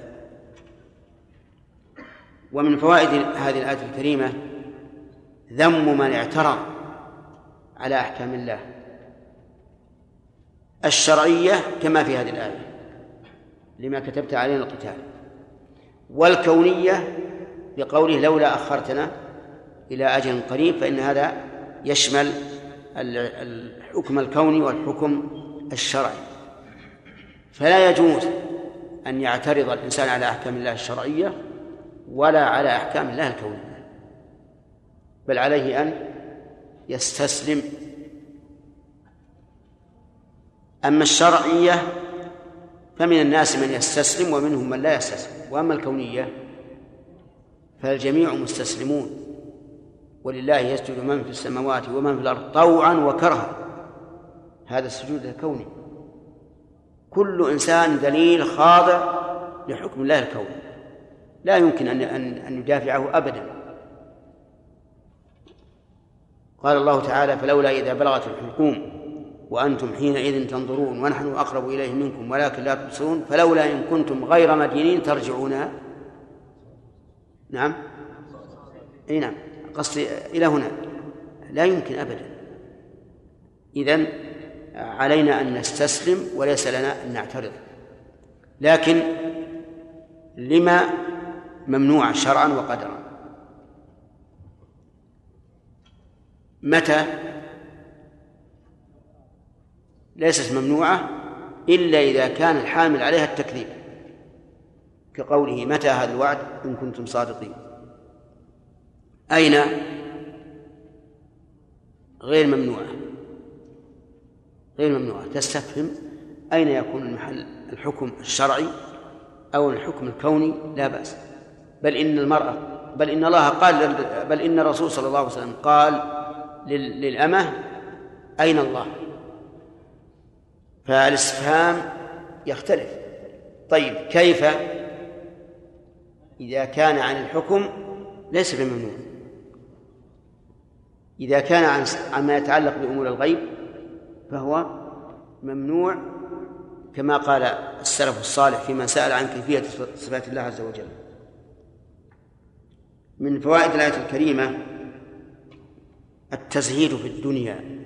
Speaker 1: ومن فوائد هذه الآية الكريمة ذم من اعترض على أحكام الله الشرعية كما في هذه الآية لما كتبت علينا القتال، والكونية بقوله لولا أخرتنا إلى أجل قريب، فإن هذا يشمل الحكم الكوني والحكم الشرعي. فلا يجوز أن يعترض الإنسان على أحكام الله الشرعية ولا على أحكام الله الكونية، بل عليه أن يستسلم. أما الشرعية فمن الناس من يستسلم ومنهم من لا يستسلم، وأما الكونية فالجميع مستسلمون، ولله يسجد من في السماوات ومن في الأرض طوعا وكرها، هذا السجود الكوني. كل إنسان ذليل خاضع لحكم الله الكوني، لا يمكن أن أن يدافعه أبدا. قال الله تعالى: فلولا إذا بلغت الحلقوم وأنتم حينئذ تنظرون ونحن أقرب إليه منكم ولكن لا تبصرون فلولا إن كنتم غير مدينين ترجعونها. نعم أي نعم، قصدي إلى هنا لا يمكن أبدا. إذن علينا أن نستسلم وليس لنا أن نعترض، لكن لما ممنوع شرعا وقدرا. متى ليست ممنوعة إلا إذا كان الحامل عليها التكذيب، كقوله: متى هذا الوعد إن كنتم صادقين. أين غير ممنوعة، غير ممنوعة تستفهم أين يكون المحل، الحكم الشرعي أو الحكم الكوني لا بأس. بل إن المرأة بل إن الله قال بل إن الرسول صلى الله عليه وسلم قال للأمة: أين الله؟ فالاستفهام يختلف. طيب كيف إذا كان عن الحكم ليس بممنوع؟ إذا كان عن عما يتعلق بأمور الغيب فهو ممنوع، كما قال السلف الصالح في من سأل عن كيفية صفات الله عز وجل. من فوائد الآية الكريمة التزهيد في الدنيا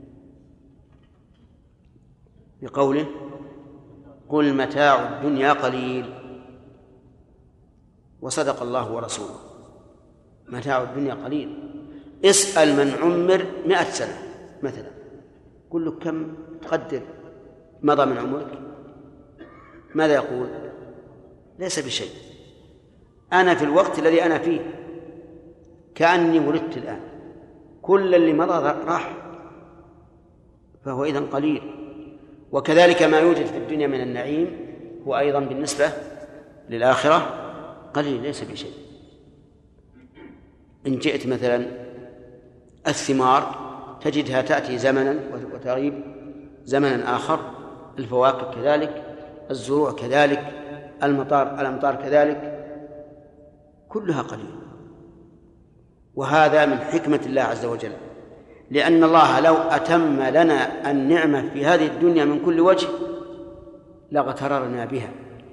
Speaker 1: بقوله: قل متاع الدنيا قليل. وصدق الله ورسوله، متاع الدنيا قليل. اسأل من عمر مئة سنة مثلا، قل له كم تقدر مضى من عمرك، ماذا يقول؟ ليس بشيء، أنا في الوقت الذي أنا فيه كأني ولدت الآن، كل اللي مضى راح، فهو إذن قليل. وكذلك ما يوجد في الدنيا من النعيم هو أيضا بالنسبة للآخرة قليل، ليس بشيء. إن جئت مثلا الثمار تجدها تأتي زمنا وتغيب زمنا آخر، الفواكه كذلك، الزروع كذلك، المطار الأمطار كذلك، كلها قليل. وهذا من حكمة الله عز وجل، لأن الله لو أتم لنا النعمة في هذه الدنيا من كل وجه لاغتررنا بها.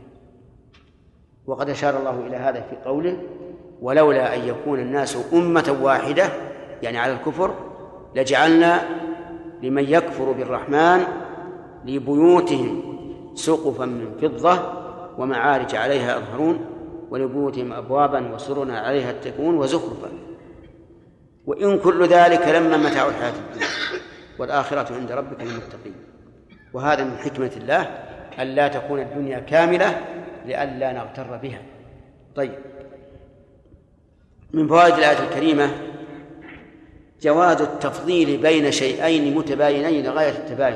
Speaker 1: وقد أشار الله إلى هذا في قوله: ولولا أن يكون الناس أمة واحدة، يعني على الكفر، لجعلنا لمن يكفر بالرحمن لبيوتهم سقفا من فضة ومعارج عليها يظهرون ولبيوتهم أبوابا وسرنا عليها يتكئون وزخرفا وإن كل ذلك لما متاع الحياة الدنيا والآخرة عند ربك للمتقين. وهذا من حكمة الله ألا تكون الدنيا كاملة لئلا نغتر بها. طيب، من فوائد الآية الكريمة جواز التفضيل بين شيئين متباينين لغاية التباين،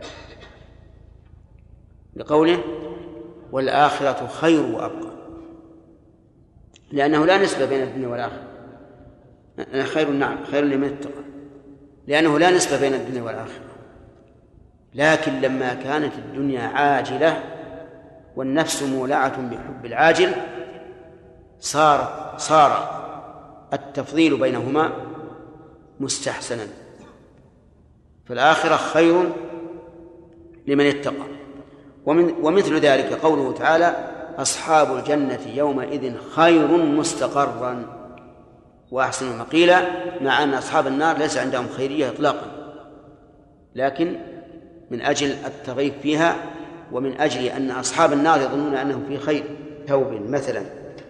Speaker 1: لقوله: والآخرة خير وأبقى، لأنه لا نسبة بين الدنيا والآخرة. خير، نعم، خير لمن اتقى، لأنه لا نسبة بين الدنيا والآخرة. لكن لما كانت الدنيا عاجلة والنفس مولعة بحب العاجل صار صار التفضيل بينهما مستحسنا، فالآخرة خير لمن اتقى. ومن ومثل ذلك قوله تعالى: أصحاب الجنة يومئذ خير مستقرا وأحسن مقيلا، مع أن أصحاب النار ليس عندهم خيرية إطلاقا، لكن من أجل الترغيب فيها ومن أجل أن أصحاب النار يظنون أنهم في خير. ثوب مثلا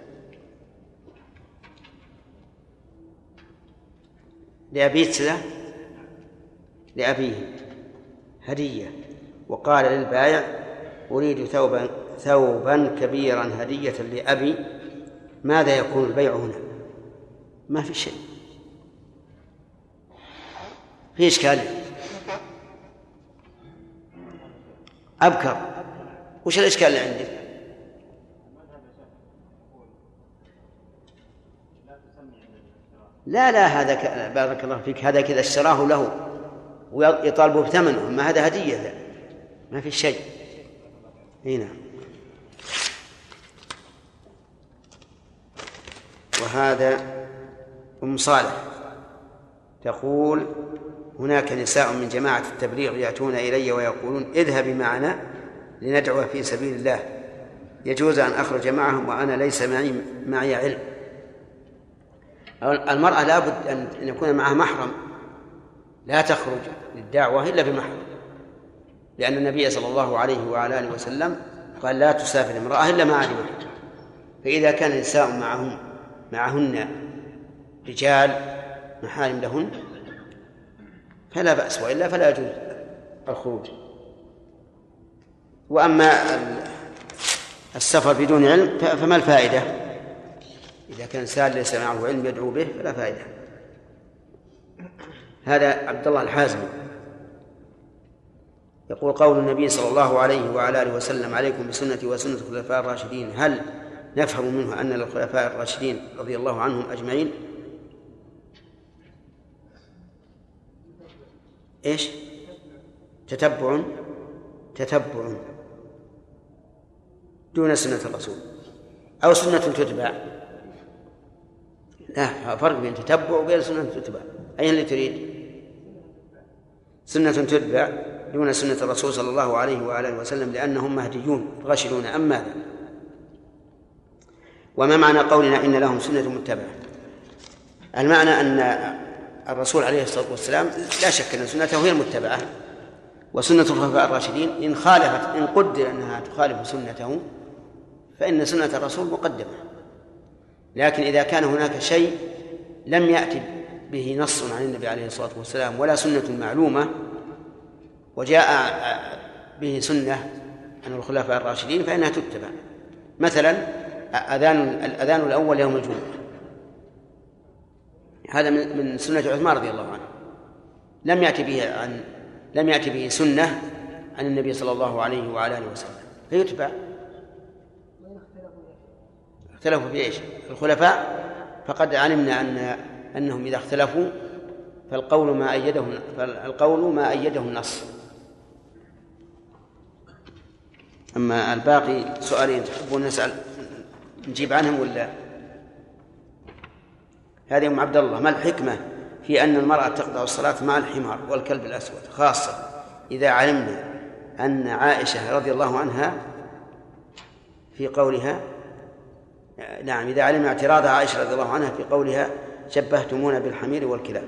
Speaker 1: لأبي سلة لأبيه هدية، وقال للبائع: أريد ثوبا ثوبا كبيرا هدية لأبي، ماذا يكون البيع هنا؟ ما في شيء، في إشكال. أبكر، وش الإشكال اللي عندك؟ لا لا هذا ك... بارك الله فيك، هذا كذا اشتراه له ويطالبه بثمنه، أما هذا هدية، لا ما في شيء. هنا وهذا أم صالح تقول: هناك نساء من جماعة التبليغ يأتون إلي ويقولون: اذهبي معنا لندعو في سبيل الله، يجوز أن أخرج معهم وأنا ليس معي, معي علم. المرأة لابد أن يكون معها محرم، لا تخرج للدعوة إلا بمحرم، لأن النبي صلى الله عليه وعلى آله وسلم قال: لا تسافر امرأة إلا مع محرم. فإذا كان النساء معهم معهن رجال محارم لهن فلا بأس، وإلا فلا يجوز الخروج. وأما السفر بدون علم فما الفائدة؟ إذا كان إنسان ليس معه علم يدعو به فلا فائدة. هذا عبد الله الحازمي يقول: قول النبي صلى الله عليه وعلى آله وسلم: عليكم بسنتي وسنة الخلفاء الراشدين، هل نفهم منه أن للخلفاء الراشدين رضي الله عنهم أجمعين؟ إيش؟ تتبع تتبع دون سنة الرسول، أو سنة تتبع. لا فرق بين تتبع وبين سنة تتبع. أين اللي تريد؟ سنة تتبع دون سنة الرسول صلى الله عليه وآله وسلم، لأنهم مهديون غاشلون. أم ماذا؟ وما معنى قولنا إن لهم سنة متبعة؟ المعنى أن الرسول عليه الصلاة والسلام لا شك أن سنته هي المتبعة، وسنة الخلفاء الراشدين إن خالفت إن قدر أنها تخالف سنته فإن سنة الرسول مقدمة. لكن إذا كان هناك شيء لم يأتي به نص عن النبي عليه الصلاة والسلام ولا سنة معلومة وجاء به سنة عن الخلفاء الراشدين فإنها تتبع. مثلا أذان الأذان الأول يوم الجمعة، هذا من سنة عثمان رضي الله عنه، لم يأتي به عن لم يأتي به سنة عن النبي صلى الله عليه وعلى آله وسلم فيتبع. اختلفوا في ايش؟ الخلفاء، فقد علمنا ان انهم اذا اختلفوا فالقول ما ايده فالقول ما ايده النص. اما الباقي سؤالين تحبون نسأل نجيب عنهم ولا؟ هذه ام عبد الله: ما الحكمة في أن المرأة تقطع الصلاة مع الحمار والكلب الأسود، خاصة إذا علمنا أن عائشة رضي الله عنها في قولها نعم إذا علمنا اعتراض عائشة رضي الله عنها في قولها شبهتمونا بالحمير والكلاب.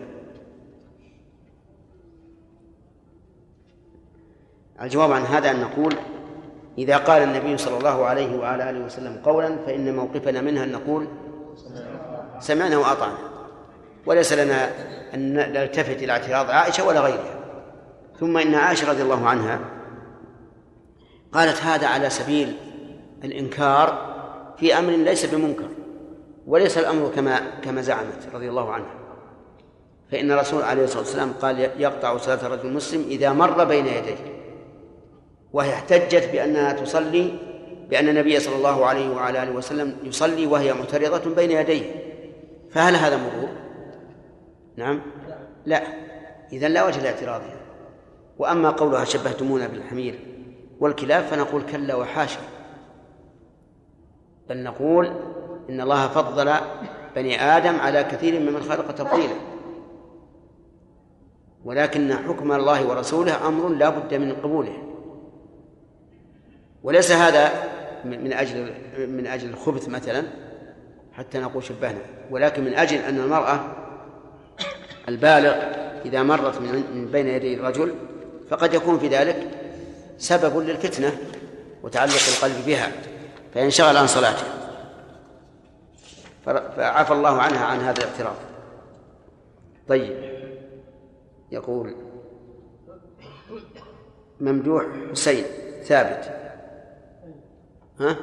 Speaker 1: الجواب عن هذا أن نقول إذا قال النبي صلى الله عليه وعلى آله وسلم قولا فإن موقفنا منها أن نقول سمعنا وأطعنا، وليس لنا أن نلتفت إلى اعتراض عائشة ولا غيرها. ثم إن عائشة رضي الله عنها قالت هذا على سبيل الإنكار في أمر ليس بمنكر، وليس الأمر كما كما زعمت رضي الله عنها، فإن الرسول عليه الصلاة والسلام قال يقطع صلاة الرجل المسلم إذا مر بين يديه، وهي احتجت بأنها تصلي بأن النبي صلى الله عليه وعلى آله وسلم يصلي وهي معترضة بين يديه، فهل هذا مرور؟ نعم لا، إذن لا وجه لاعتراضها. وأما قولها شبهتمونا بالحمير والكلاب فنقول كلا وحاشا، بل نقول إن الله فضل بني آدم على كثير ممن خلق تفضيلا، ولكن حكم الله ورسوله أمر لا بد من قبوله، وليس هذا من أجل من أجل الخبث مثلا حتى نقول شبهنا، ولكن من أجل أن المرأة البالغ إذا مرت من بين يدي الرجل فقد يكون في ذلك سبب للفتنة وتعلق القلب بها فينشغل عن صلاته، فعفى الله عنها عن هذا الاعتراض. طيب، يقول ممدوح حسين ثابت: ها؟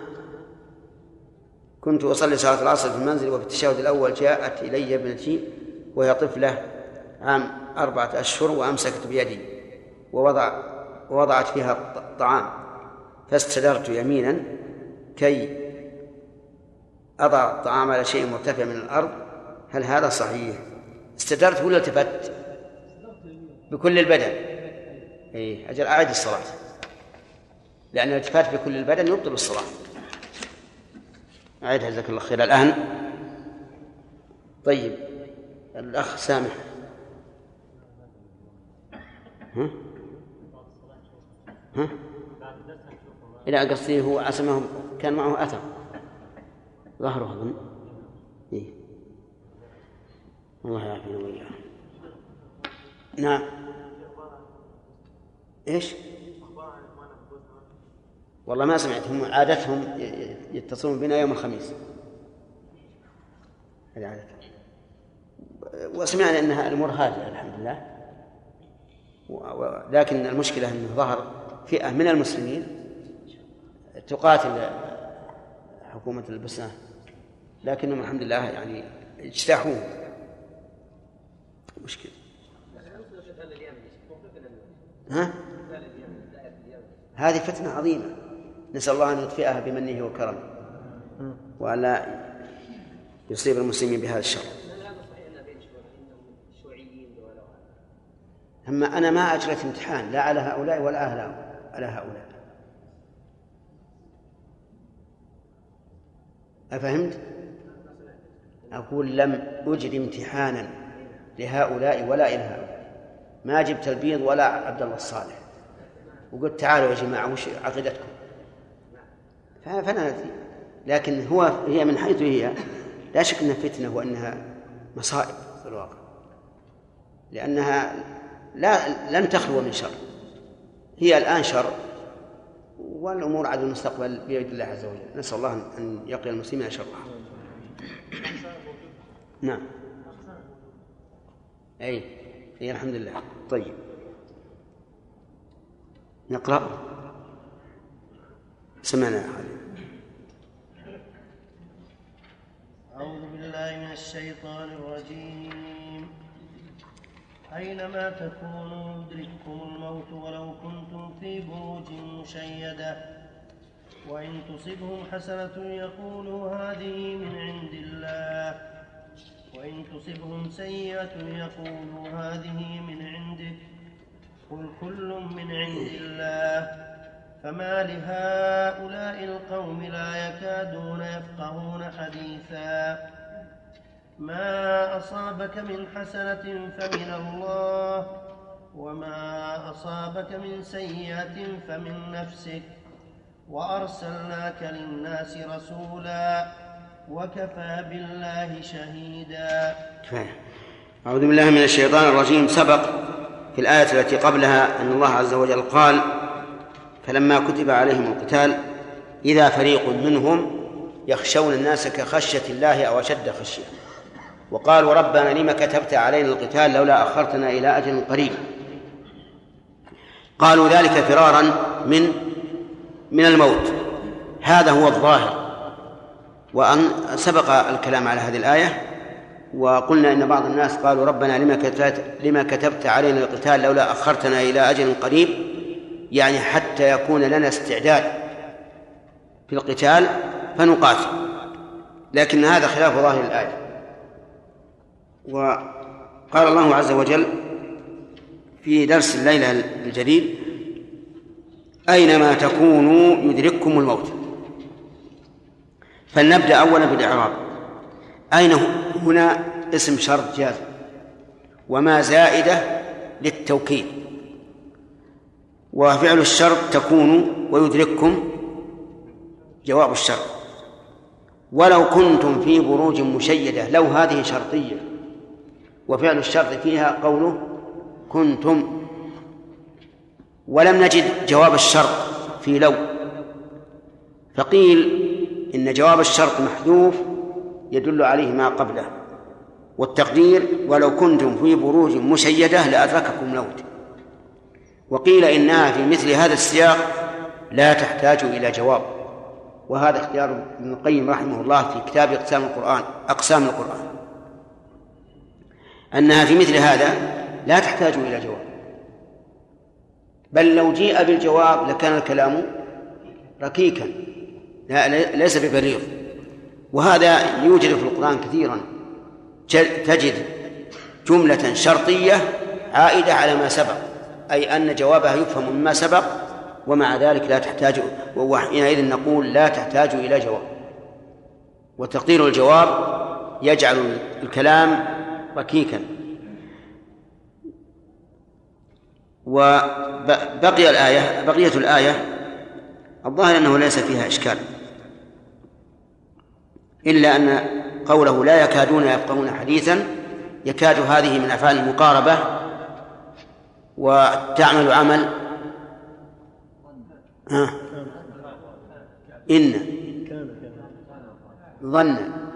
Speaker 1: كنت أصلي صلاة العصر في المنزل وفي التشهد الأول جاءت إلي ابنتي وهي طفلة عام أربعة أشهر وأمسكت بيدي ووضع ووضعت فيها طعام، فاستدرت يمينا كي أضع الطعام على شيء مرتفع من الأرض، هل هذا صحيح؟ استدرت ولا التفت؟ بكل البدن. إيه أجل أعد الصلاة، لأن الالتفات بكل البدن يبطل الصلاة. أعدها جزاك الله خير الآن. طيب، الأخ سامح. ها؟ ها؟ إلى قصدي هو عسمه كان معه أثر ظهره أظن. إيه؟ الله يعافينا وإياه. نعم. إيش؟ والله ما سمعت، هم عادتهم يتصلون بنا يوم الخميس، هذه عادتهم، وسمعنا أنها الأمور هادئة الحمد لله، لكن المشكلة أنه ظهر فئة من المسلمين تقاتل حكومة البوسنة، لكنهم الحمد لله يعني اجتاحوا مشكلة. ها؟ هذه فتنة عظيمة، نسأل الله أن يطفئها بمنه وكرمه وألا يصيب المسلمين بهذا الشر. أما أنا ما أجريت امتحان لا على هؤلاء ولا على هؤلاء، أفهمت؟ أقول لم أجري امتحانا لهؤلاء ولا إلى هؤلاء، ما جبت البيض ولا عبد الله الصالح وقلت تعالوا يا جماعة وش عقيدتكم، فأنا لكن هو هي من حيث هي لا شك أنها فتنة وأنها مصائب في الواقع، لأنها لا لن تخلو من شر، هي الآن شر والأمور على المستقبل بيد الله عز وجل، نسأل الله أن يقي المسلمين شرها. نعم. أي أي الحمد لله. طيب نقرأ. سمعنا.
Speaker 7: أعوذ بالله من الشيطان الرجيم. أينما تكونوا يدرككم الموت ولو كنتم في بروج مشيدة وإن تصبهم حسنة يقولوا هذه من عند الله وإن تصبهم سيئة يقولوا هذه من عندك قل كل من عند الله فما لهؤلاء القوم لا يكادون يفقهون حديثا ما أصابك من حسنة فمن الله وما أصابك من سيئة فمن نفسك وأرسلناك للناس رسولا وكفى بالله شهيدا.
Speaker 1: أعوذ بالله من الشيطان الرجيم. سبق في الآية التي قبلها أن الله عز وجل قال فلما كتب عليهم القتال إذا فريق منهم يخشون الناس كخشية الله أو أشد خشية وقالوا ربنا لما كتبت علينا القتال لولا أخرتنا إلى أجل قريب. قالوا ذلك فرارا من من الموت. هذا هو الظاهر. وأن سبق الكلام على هذه الآية وقلنا إن بعض الناس قالوا ربنا لما كتبت, لما كتبت علينا القتال لولا أخرتنا إلى أجل قريب، يعني حتى يكون لنا استعداد في القتال فنقاتل، لكن هذا خلاف ظاهر الآية. وقال الله عز وجل في درس الليلة الجديد أينما تكونوا يدرككم الموت. فلنبدأ أولا بالإعراب. أين هنا اسم شرط جازم وما زائدة للتوكيد، وفعل الشرط تكون ويدرككم جواب الشرط. ولو كنتم في بروج مشيدة، لو هذه شرطية وفعل الشرط فيها قوله كنتم، ولم نجد جواب الشرط في لو، فقيل إن جواب الشرط محذوف يدل عليه ما قبله، والتقدير ولو كنتم في بروج مشيدة لأدرككم الموت. وقيل إنها في مثل هذا السياق لا تحتاج إلى جواب، وهذا اختيار ابن القيم رحمه الله في كتاب أقسام القرآن أقسام القرآن أنها في مثل هذا لا تحتاج إلى جواب، بل لو جيء بالجواب لكان الكلام ركيكا لا ليس ببليغ. وهذا يوجد في القرآن كثيرا، تجد جملة شرطية عائدة على ما سبق، أي أن جوابها يفهم مما سبق، ومع ذلك لا تحتاج، وحينئذ نقول لا تحتاج إلى جواب. وتقدير الجواب يجعل الكلام ركيكا. وبقي الآية بقية الآية الظاهر أنه ليس فيها إشكال، إلا أن قوله لا يكادون يفقهون حديثا، يكاد هذه من أفعال المقاربة وتعمل عمل ها إن ظن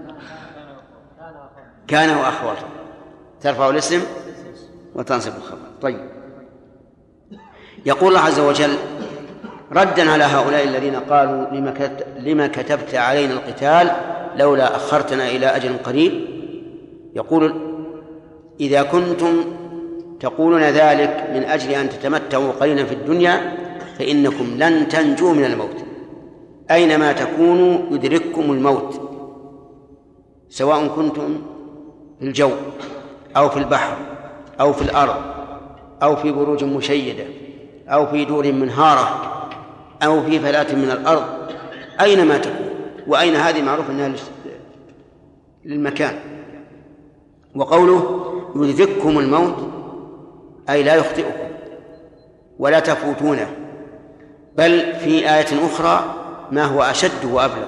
Speaker 1: كان وأخواته، ترفع الاسم وتنصب الخبر. طيب، يقول الله عز وجل ردا على هؤلاء الذين قالوا لما كتبت علينا القتال لولا أخرتنا إلى أجل قريب، يقول إذا كنتم تقولون ذلك من أجل أن تتمتعوا قليلا في الدنيا فإنكم لن تنجوا من الموت. أينما تكونوا يدرككم الموت، سواء كنتم في الجو أو في البحر أو في الأرض أو في بروج مشيدة أو في دور منهارة أو في فلاة من الأرض، أينما تكون. وأين هذه معروف أنها للمكان. وقوله يدرككم الموت أي لا يخطئكم ولا تفوتونه، بل في آية أخرى ما هو أشد وأبلغ،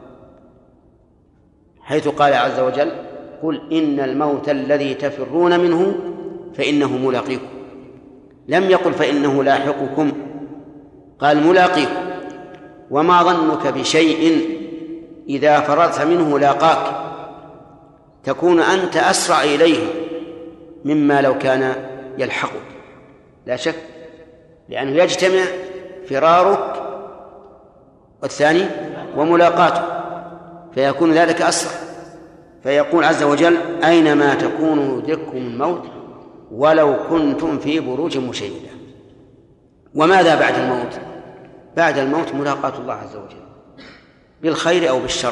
Speaker 1: حيث قال عز وجل قل إن الموت الذي تفرون منه فإنه ملاقيكم. لم يقل فإنه لاحقكم، قال ملاقيكم. وما ظنك بشيء إذا فررت منه لاقاك، تكون أنت أسرع إليه مما لو كان يلحقك، لا شك، لأنه يجتمع فرارك والثاني وملاقاته، فيكون ذلك أسرع. فيقول عز وجل: أينما تكونوا يدرككم الموت ولو كنتم في بروج مشيدة. وماذا بعد الموت؟ بعد الموت ملاقاة الله عز وجل بالخير أو بالشر.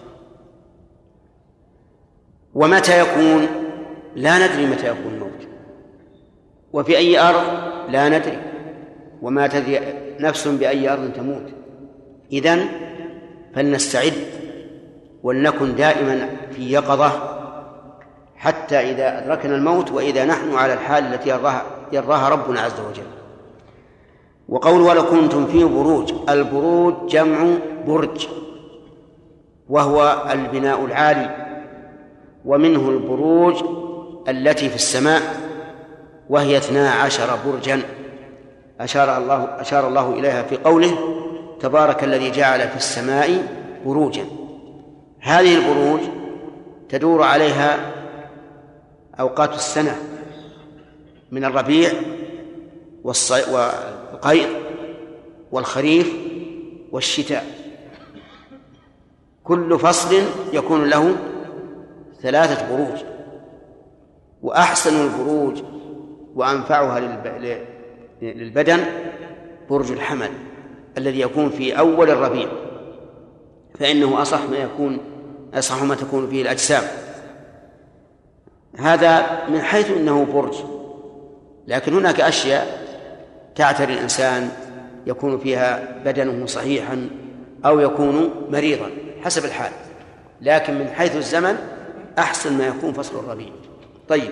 Speaker 1: ومتى يكون؟ لا ندري متى يكون الموت، وفي أي أرض لا ندري، وما تدري نفس بأي أرض تموت. إذن فلنستعد ولنكن دائما في يقظة حتى إذا أدركنا الموت وإذا نحن على الحال التي يرضاها, يرضاها ربنا عز وجل. وقول ولو كنتم في بروج، البروج جمع برج، وهو البناء العالي، ومنه البروج التي في السماء وهي اثنا عشر برجا أشار الله, أشار الله إليها في قوله: تبارك الذي جعل في السماء بروجا. هذه البروج تدور عليها أوقات السنة من الربيع والقيض والخريف والشتاء، كل فصل يكون له ثلاثة بروج. وأحسن البروج وأنفعها للبدن برج الحمل الذي يكون في أول الربيع، فإنه أصح ما يكون أصح ما تكون فيه الأجسام. هذا من حيث إنه برج، لكن هناك أشياء تعتري الإنسان يكون فيها بدنه صحيحا أو يكون مريضا حسب الحال، لكن من حيث الزمن أحسن ما يكون فصل الربيع. طيب،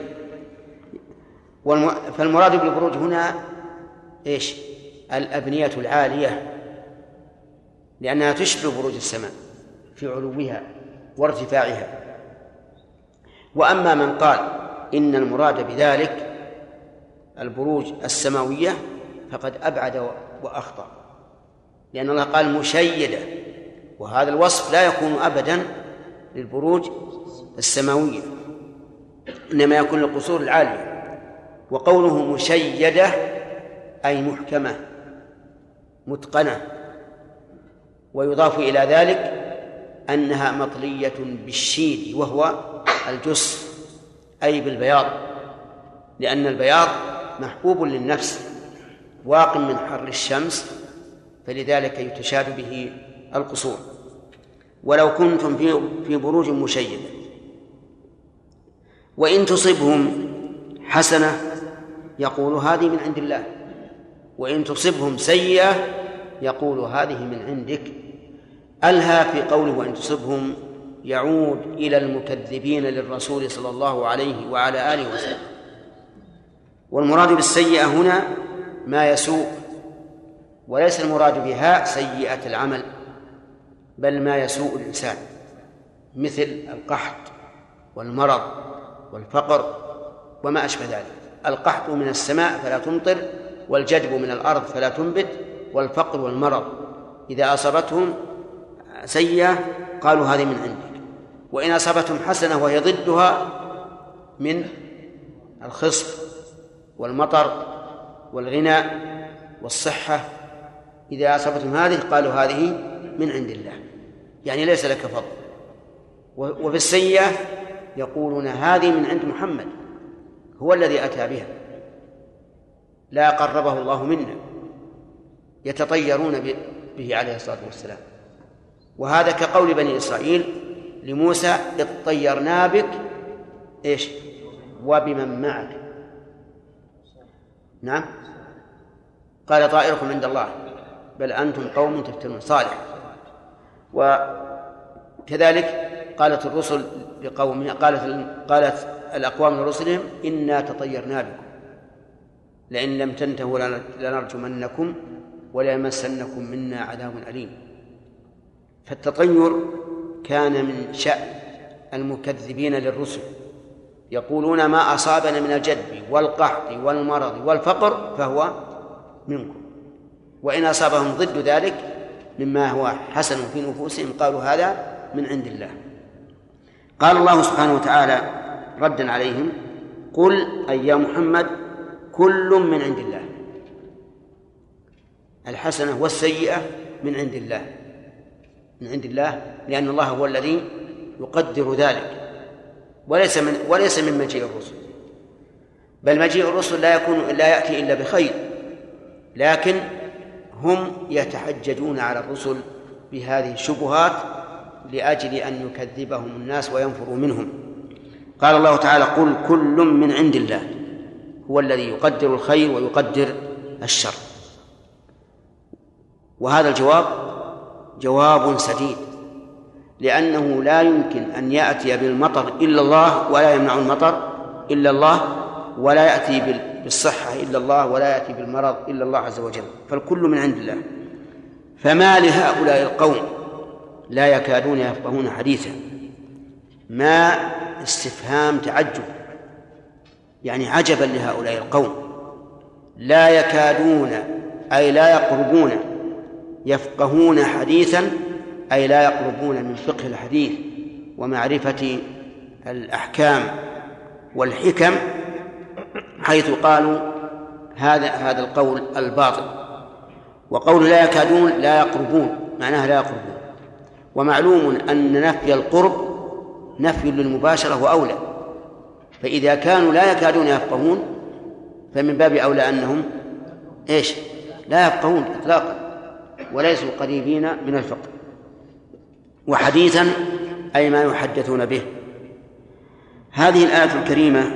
Speaker 1: فالمراد بالبروج هنا إيش؟ الأبنية العالية، لأنها تشبه بروج السماء في علوها وارتفاعها. وأما من قال إن المراد بذلك البروج السماوية فقد أبعد وأخطأ، لأن الله قال مشيدة، وهذا الوصف لا يكون أبدا للبروج السماوية، إنما يكون للقصور العالية. وقوله مشيدة أي محكمة متقنة، ويضاف إلى ذلك أنها مطلية بالشيد وهو الجس أي بالبياض، لأن البياض محبوب للنفس واق من حر الشمس، فلذلك يتشاد به القصور. ولو كنتم في بروج مشيدة وإن تصبهم حسنة يقول هذه من عند الله، وإن تصبهم سيئة يقول هذه من عندك. ألها في قوله وإن تصبهم يعود إلى المكذبين للرسول صلى الله عليه وعلى آله وسلم. والمراد بالسيئة هنا ما يسوء، وليس المراد بها سيئة العمل، بل ما يسوء الإنسان، مثل القحط والمرض والفقر وما أشبه ذلك. القحط من السماء فلا تمطر، والجدب من الأرض فلا تنبت، والفقر والمرض إذا أصابتهم سيئة قالوا هذه من عندك، وإن أصابتهم حسنة وهي ضدها من الخصب والمطر والغنى والصحة، إذا أصابتهم هذه قالوا هذه من عند الله، يعني ليس لك فضل. وفي السيئة يقولون هذه من عند محمد، هو الذي أتى بها، لا قربه الله منا، يتطيرون به عليه الصلاة والسلام. وهذا كقول بني إسرائيل لموسى اطيرنا بك إيش وبمن معك. نعم، قال طائركم عند الله بل أنتم قوم تفتنون. صالح. وكذلك قالت الرسل لقومها، قالت قالت الأقوام لرسلهم إنا تطيرنا بكم لئن لم تنتهوا لنرجمنكم وليمسنكم منا عذاب أليم. فالتطير كان من شأن المكذبين للرسل، يقولون ما أصابنا من الجدب والقحط والمرض والفقر فهو منكم، وإن أصابهم ضد ذلك مما هو حسن في نفوسهم قالوا هذا من عند الله. قال الله سبحانه وتعالى ردا عليهم قل أي يا محمد كل من عند الله، الحسنة والسيئة من عند الله، من عند الله، لأن الله هو الذي يقدر ذلك، وليس من وليس من مجيء الرسل، بل مجيء الرسل لا يكون لا يأتي إلا بخير، لكن هم يتحججون على الرسل بهذه الشبهات لأجل أن يكذبهم الناس وينفروا منهم. قال الله تعالى قل كل من عند الله، هو الذي يقدر الخير ويقدر الشر. وهذا الجواب جواب سديد، لأنه لا يمكن أن يأتي بالمطر إلا الله ولا يمنع المطر إلا الله، ولا يأتي بالصحة إلا الله ولا يأتي بالمرض إلا الله عز وجل، فالكل من عند الله. فما لهؤلاء القوم لا يكادون يفقهون حديثا، ما استفهام تعجب، يعني عجبا لهؤلاء القوم، لا يكادون أي لا يقربون يفقهون حديثا، أي لا يقربون من فقه الحديث ومعرفة الأحكام والحكم، حيث قالوا هذا هذا القول الباطل. وقول لا يكادون لا يقربون معناها لا يقربون، ومعلوم أن نفي القرب نفي للمباشرة وأولى، فإذا كانوا لا يكادون يفقهون فمن باب أولى أنهم إيش لا يفقهون إطلاقا وليسوا قريبين من الفقه. وحديثا أي ما يحدثون به. هذه الآية الكريمة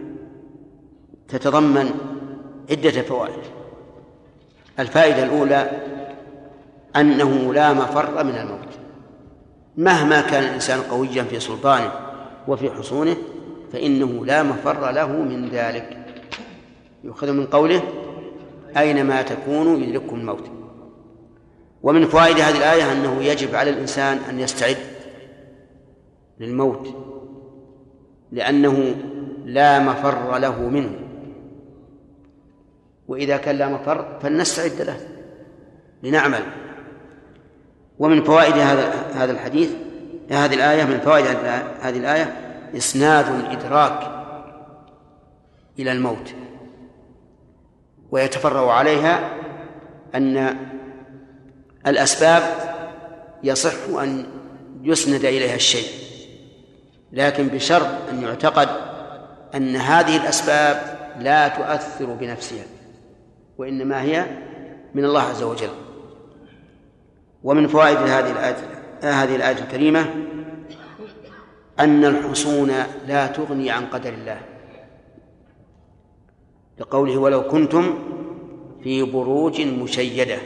Speaker 1: تتضمن عدة فوائد. الفائدة الأولى أنه لا مفر من الموت، مهما كان الإنسان قويا في سلطانه وفي حصونه فإنه لا مفر له من ذلك. يؤخذ من قوله أينما تكونوا يدرككم الموت. ومن فوائد هذه الآية أنه يجب على الإنسان أن يستعد للموت، لأنه لا مفر له منه، وإذا كان لا مفر فلنستعد له لنعمل. ومن فوائد هذا هذا الحديث هذه الآية من فوائد هذه الآية إسناد الإدراك إلى الموت، ويتفرع عليها أن الأسباب يصح أن يسند إليها الشيء، لكن بشرط أن يعتقد أن هذه الأسباب لا تؤثر بنفسها، وإنما هي من الله عز وجل. ومن فوائد هذه الآية هذه الآية الكريمة أن الحصون لا تغني عن قدر الله، لقوله ولو كنتم في بروج مشيدة.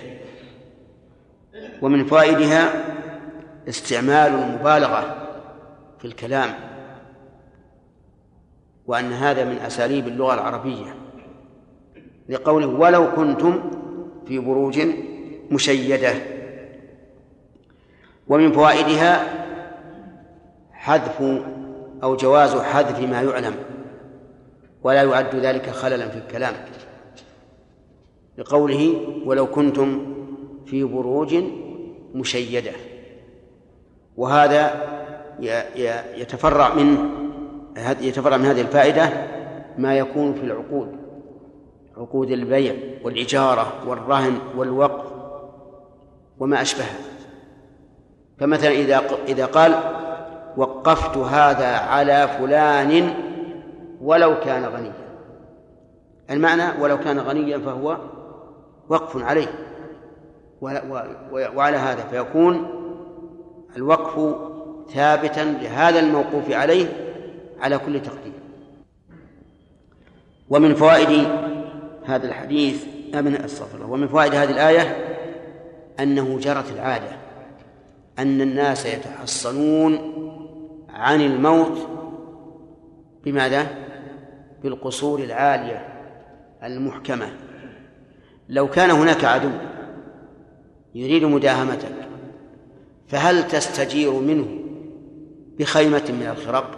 Speaker 1: ومن فوائدها استعمال المبالغة في الكلام، وأن هذا من أساليب اللغة العربية، لقوله ولو كنتم في بروج مشيدة. ومن فوائدها حذف أو جواز حذف ما يعلم ولا يعد ذلك خللا في الكلام، لقوله ولو كنتم في بروج مشيدة. وهذا يتفرع من يتفرع من هذه الفائدة ما يكون في العقود، عقود البيع والإجارة والرهن والوقف وما أشبهها. فمثلا إذا إذا قال وقفت هذا على فلان ولو كان غنيا، المعنى ولو كان غنيا فهو وقف عليه، وعلى هذا فيكون الوقف ثابتا لهذا الموقوف عليه على كل تقدير. ومن فوائد هذا الحديث أمن أستغفر ومن فوائد هذه الآية أنه جرت العادة أن الناس يتحصنون عن الموت بماذا؟ بالقصور العالية المحكمة. لو كان هناك عدو يريد مداهمتك فهل تستجير منه بخيمة من الخرق؟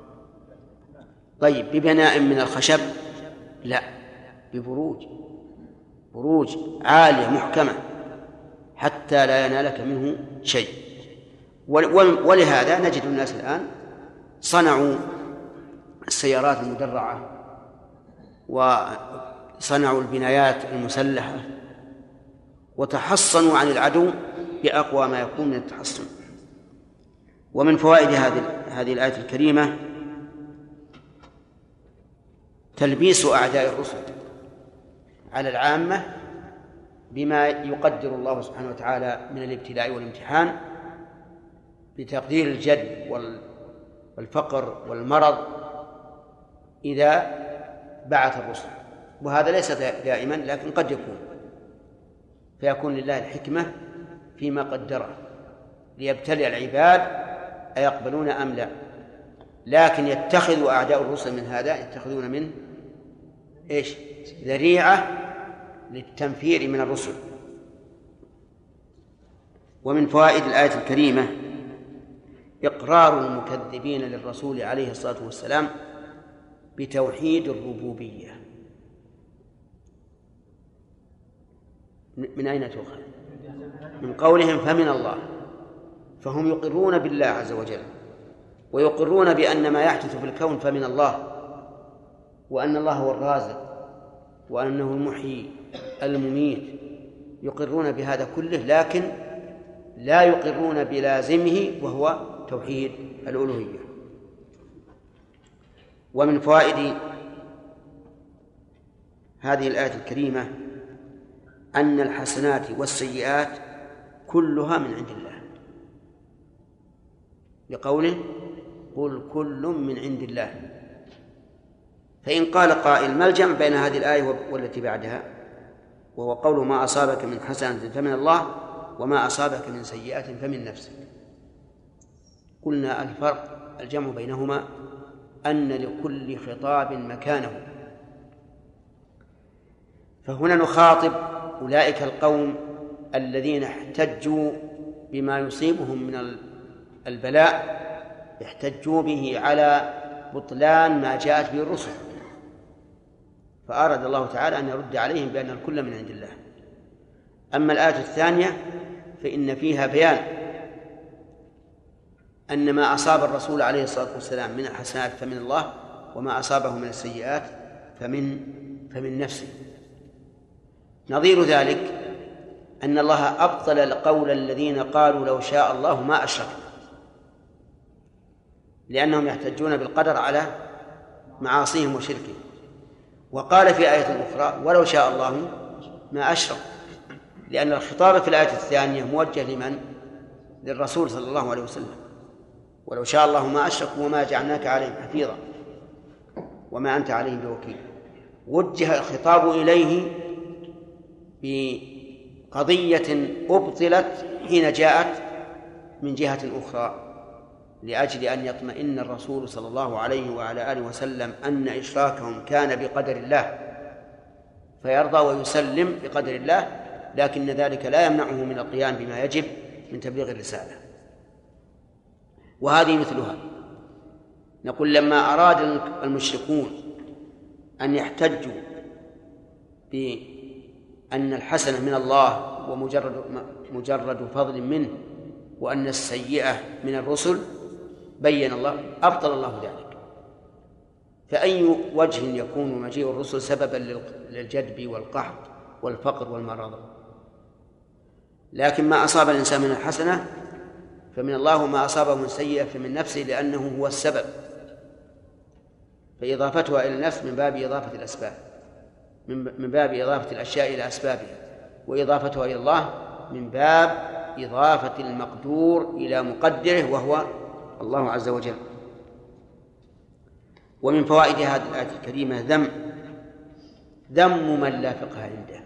Speaker 1: طيب ببناء من الخشب؟ لا، ببروج، بروج عالية محكمة حتى لا ينالك منه شيء. ولهذا نجد الناس الآن صنعوا السيارات المدرعة وصنعوا البنايات المسلحة وتحصنوا عن العدو بأقوى ما يكون من التحصن. ومن فوائد هذه هذه الآية الكريمة تلبيس أعداء الرسل على العامة بما يقدر الله سبحانه وتعالى من الابتلاء والامتحان بتقدير الجد والفقر والمرض إذا بعث الرسل، وهذا ليس دائما لكن قد يكون، فيكون لله الحكمة فيما قدره ليبتلي العباد أيقبلون أم لا. لكن يتخذ أعداء الرسل من هذا، يتخذون منه إيش؟ ذريعة للتنفير من الرسل. ومن فوائد الآية الكريمة إقرار المكذبين للرسول عليه الصلاة والسلام بتوحيد الربوبية. من أين تؤخذ؟ من قولهم فمن الله، فهم يقرون بالله عز وجل ويقرون بأن ما يحدث في الكون فمن الله، وأن الله هو الرازق وأنه المحيي المميت، يقرون بهذا كله، لكن لا يقرون بلازمه وهو توحيد الألوهية. ومن فوائد هذه الآية الكريمة أن الحسنات والسيئات كلها من عند الله، لقوله قل كل من عند الله. فإن قال قائل ما الجمع بين هذه الآية والتي بعدها، وهو قوله ما أصابك من حسنة فمن الله وما أصابك من سيئة فمن نفسك؟ قلنا الفرق الجمع بينهما أن لكل خطاب مكانه، فهنا نخاطب أولئك القوم الذين احتجوا بما يصيبهم من البلاء، احتجوا به على بطلان ما جاءت به الرسل، فأراد الله تعالى أن يرد عليهم بأن الكل من عند الله. أما الآية الثانية فإن فيها بيان أن ما أصاب الرسول عليه الصلاة والسلام من الحسنات فمن الله، وما أصابه من السيئات فمن فمن نفسه. نظير ذلك أن الله أبطل القول الذين قالوا لو شاء الله ما أشركنا، لأنهم يحتجون بالقدر على معاصيهم وشركهم. وقال في آية أخرى ولو شاء الله ما أشرك، لأن الخطاب في الآية الثانية موجه لمن؟ للرسول صلى الله عليه وسلم، ولو شاء الله ما أشرك وما جعلناك عليهم حفيظا وما أنت عليهم بوكيل. وجه الخطاب إليه بقضية أبطلت حين جاءت من جهة أخرى، لأجل أن يطمئن الرسول صلى الله عليه وعلى آله وسلم أن إشراكهم كان بقدر الله فيرضى ويسلم بقدر الله، لكن ذلك لا يمنعه من القيام بما يجب من تبليغ الرسالة. وهذه مثلها، نقول لما أراد المشركون أن يحتجوا بأن الحسنة من الله ومجرد مجرد فضل منه، وأن السيئة من الرسل، بين الله أبطل الله ذلك. فأي وجه يكون مجيء الرسل سببا للجدب والقحط والفقر والمرض؟ لكن ما أصاب الإنسان من الحسنة فمن الله، وما أصابه من سيئة فمن نفسه، لأنه هو السبب، فإضافتها إلى النفس من باب إضافة الأسباب، من باب إضافة الأشياء إلى أسبابها، وإضافتها إلى الله من باب إضافة المقدور إلى مقدره وهو الله عز وجل. ومن فوائد هذه الآية الكريمة ذم ذم من لا فقه عنده،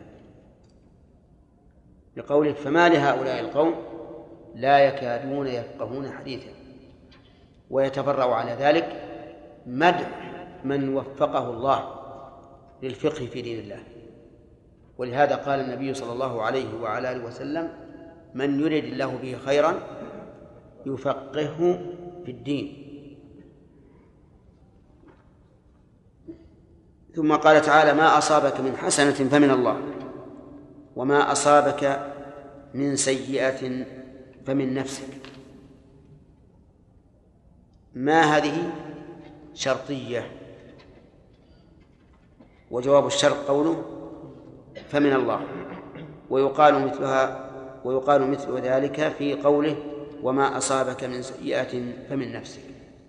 Speaker 1: لقولك فما لهؤلاء القوم لا يكادون يفقهون حديثا، ويتفرع على ذلك مدح من وفقه الله للفقه في دين الله. ولهذا قال النبي صلى الله عليه وعلى آله وسلم من يريد الله به خيرا يفقهه في الدين. ثم قال تعالى ما أصابك من حسنة فمن الله وما أصابك من سيئة فمن نفسك. ما هذه شرطية، وجواب الشرط قوله فمن الله. ويقال مثلها ويقال مثل ذلك في قوله وما أصابك من سيئة فمن نفسك.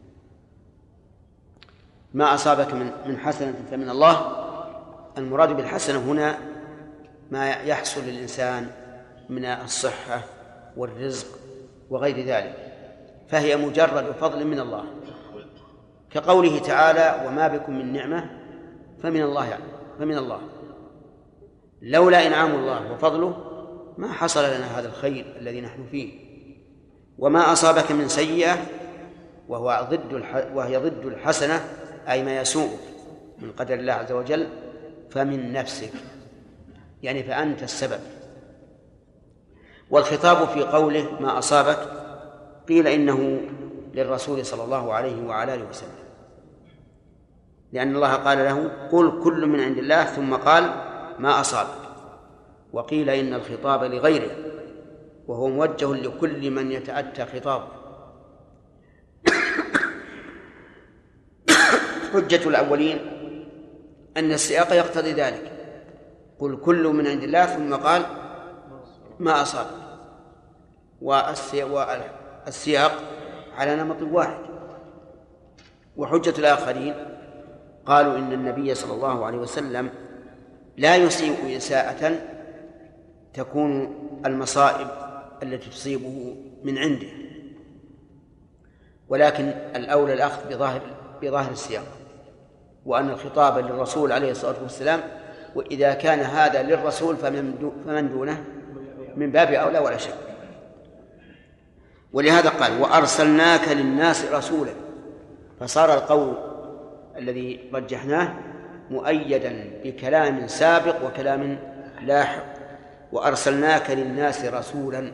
Speaker 1: ما أصابك من من حسنة فمن الله، المراد بالحسنة هنا ما يحصل للإنسان من الصحة والرزق وغير ذلك، فهي مجرد فضل من الله، كقوله تعالى وما بكم من نعمة فمن الله يعني فمن الله. لولا إنعام الله وفضله ما حصل لنا هذا الخير الذي نحن فيه. وما أصابك من سيئة وهو ضد الح... وهي ضد الحسنة أي ما يسوء من قدر الله عز وجل فمن نفسك، يعني فأنت السبب. والخطاب في قوله ما أصابك قيل إنه للرسول صلى الله عليه وعلى آله وسلم، لأن الله قال له قل كل من عند الله ثم قال ما أصابك. وقيل إن الخطاب لغيره وهو موجه لكل من يتأتى خطابه. حجة الأولين أن السياق يقتضي ذلك، قل كل من عند الله ثم قال ما أصابك، والسياق على نمط واحد. وحجة الآخرين قالوا إن النبي صلى الله عليه وسلم لا يسيء إساءة تكون المصائب التي تصيبه من عنده، ولكن الأولى الأخذ بظاهر بظاهر السياق، وأن الخطاب للرسول عليه الصلاة والسلام، وإذا كان هذا للرسول فمن دونه من باب أولى ولا شك. ولهذا قال وأرسلناك للناس رسولا، فصار القول الذي رجحناه مؤيدا بكلام سابق وكلام لاحق، وأرسلناك للناس رسولا.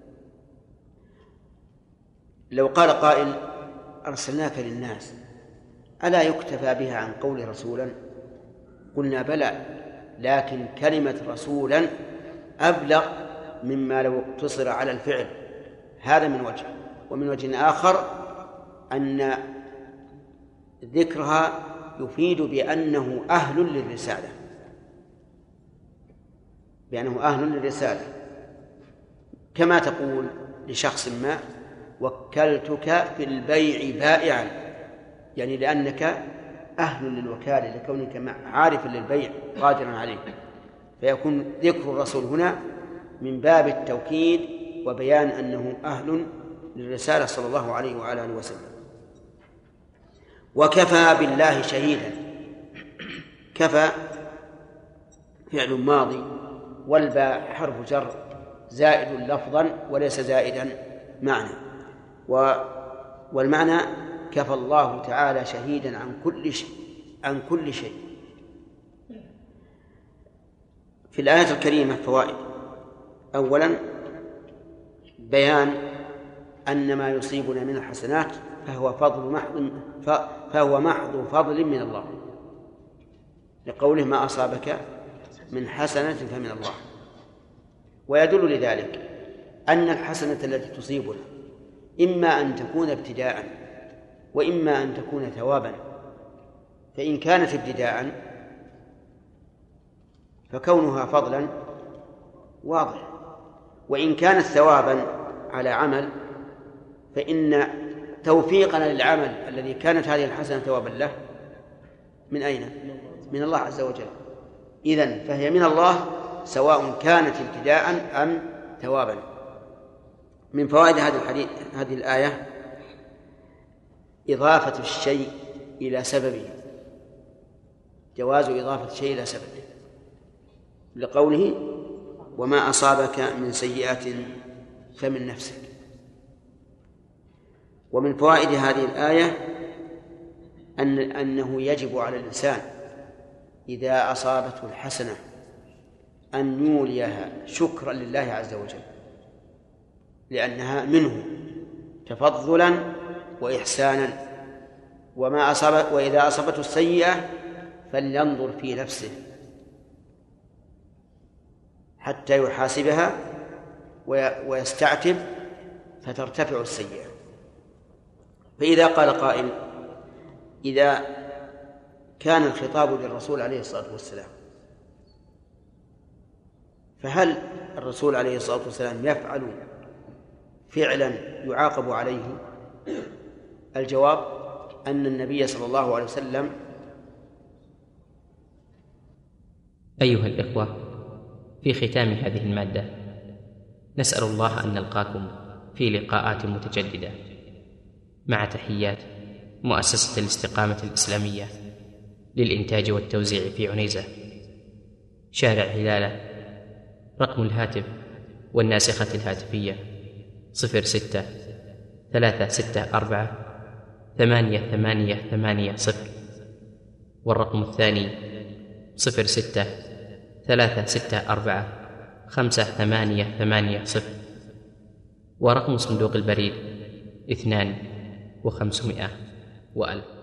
Speaker 1: لو قال قائل أرسلناك للناس ألا يكتفى بها عن قول رسولا؟ قلنا بلى، لكن كلمة رسولا أبلغ مما لو اقتصر على الفعل، هذا من وجه. ومن وجه آخر أن ذكرها يفيد بأنه أهل للرسالة، بأنه أهل للرسالة، كما تقول لشخص ما وكلتك في البيع بائعا، يعني لأنك أهل للوكالة لكونك عارفا للبيع قادرا عليه، فيكون ذكر الرسول هنا من باب التوكيد وبيان أنه أهل للرسالة صلى الله عليه وعلى آله وسلم. وكفى بالله شهيدا، كفى فعل ماضي والباء حرف جر زائد لفظا وليس زائدا معنى، والمعنى كفى الله تعالى شهيدا عن كل شيء عن كل شيء. في الآية الكريمة فوائد. أولا بيان أن ما يصيبنا من الحسنات فهو فضل محض فهو محض فضل من الله، لقوله ما أصابك من حسنة فمن الله. ويدل لذلك أن الحسنة التي تصيبنا إما أن تكون ابتداء وإما أن تكون ثوابا، فإن كانت ابتداء فكونها فضلا واضح، وإن كانت ثوابا على عمل فإن توفيقنا للعمل الذي كانت هذه الحسنة ثوابا له من أين؟ من الله عز وجل. إذن فهي من الله سواء كانت ابتداء أم ثوابا. من فوائد هذه الحديث هذه الآية إضافة الشيء إلى سببه، جواز إضافة الشيء إلى سببه، لقوله وما أصابك من سيئة فمن نفسك. ومن فوائد هذه الآية أن أنه يجب على الإنسان إذا أصابته الحسنة أن يوليها شكرا لله عز وجل، لأنها منه تفضلا وإحسانا. وما أصاب وإذا أصابته السيئة فلينظر في نفسه حتى يحاسبها ويستعتب فترتفع السيئة. فإذا قال قائل إذا كان الخطاب للرسول عليه الصلاة والسلام، فهل الرسول عليه الصلاة والسلام يفعل فعلا يعاقب عليه؟ الجواب أن النبي صلى الله عليه وسلم.
Speaker 8: أيها الإخوة، في ختام هذه المادة نسأل الله أن نلقاكم في لقاءات متجددة، مع تحيات مؤسسة الاستقامة الإسلامية للإنتاج والتوزيع في عنيزة، شارع هلالة. رقم الهاتف والناسخة الهاتفية صفر ستة ثلاثة ستة أربعة ثمانية ثمانية ثمانية صفر، والرقم الثاني صفر ستة ثلاثة ستة أربعة خمسة ثمانية ثمانية صفر، ورقم صندوق البريد اثنان وخمسمائة وألف.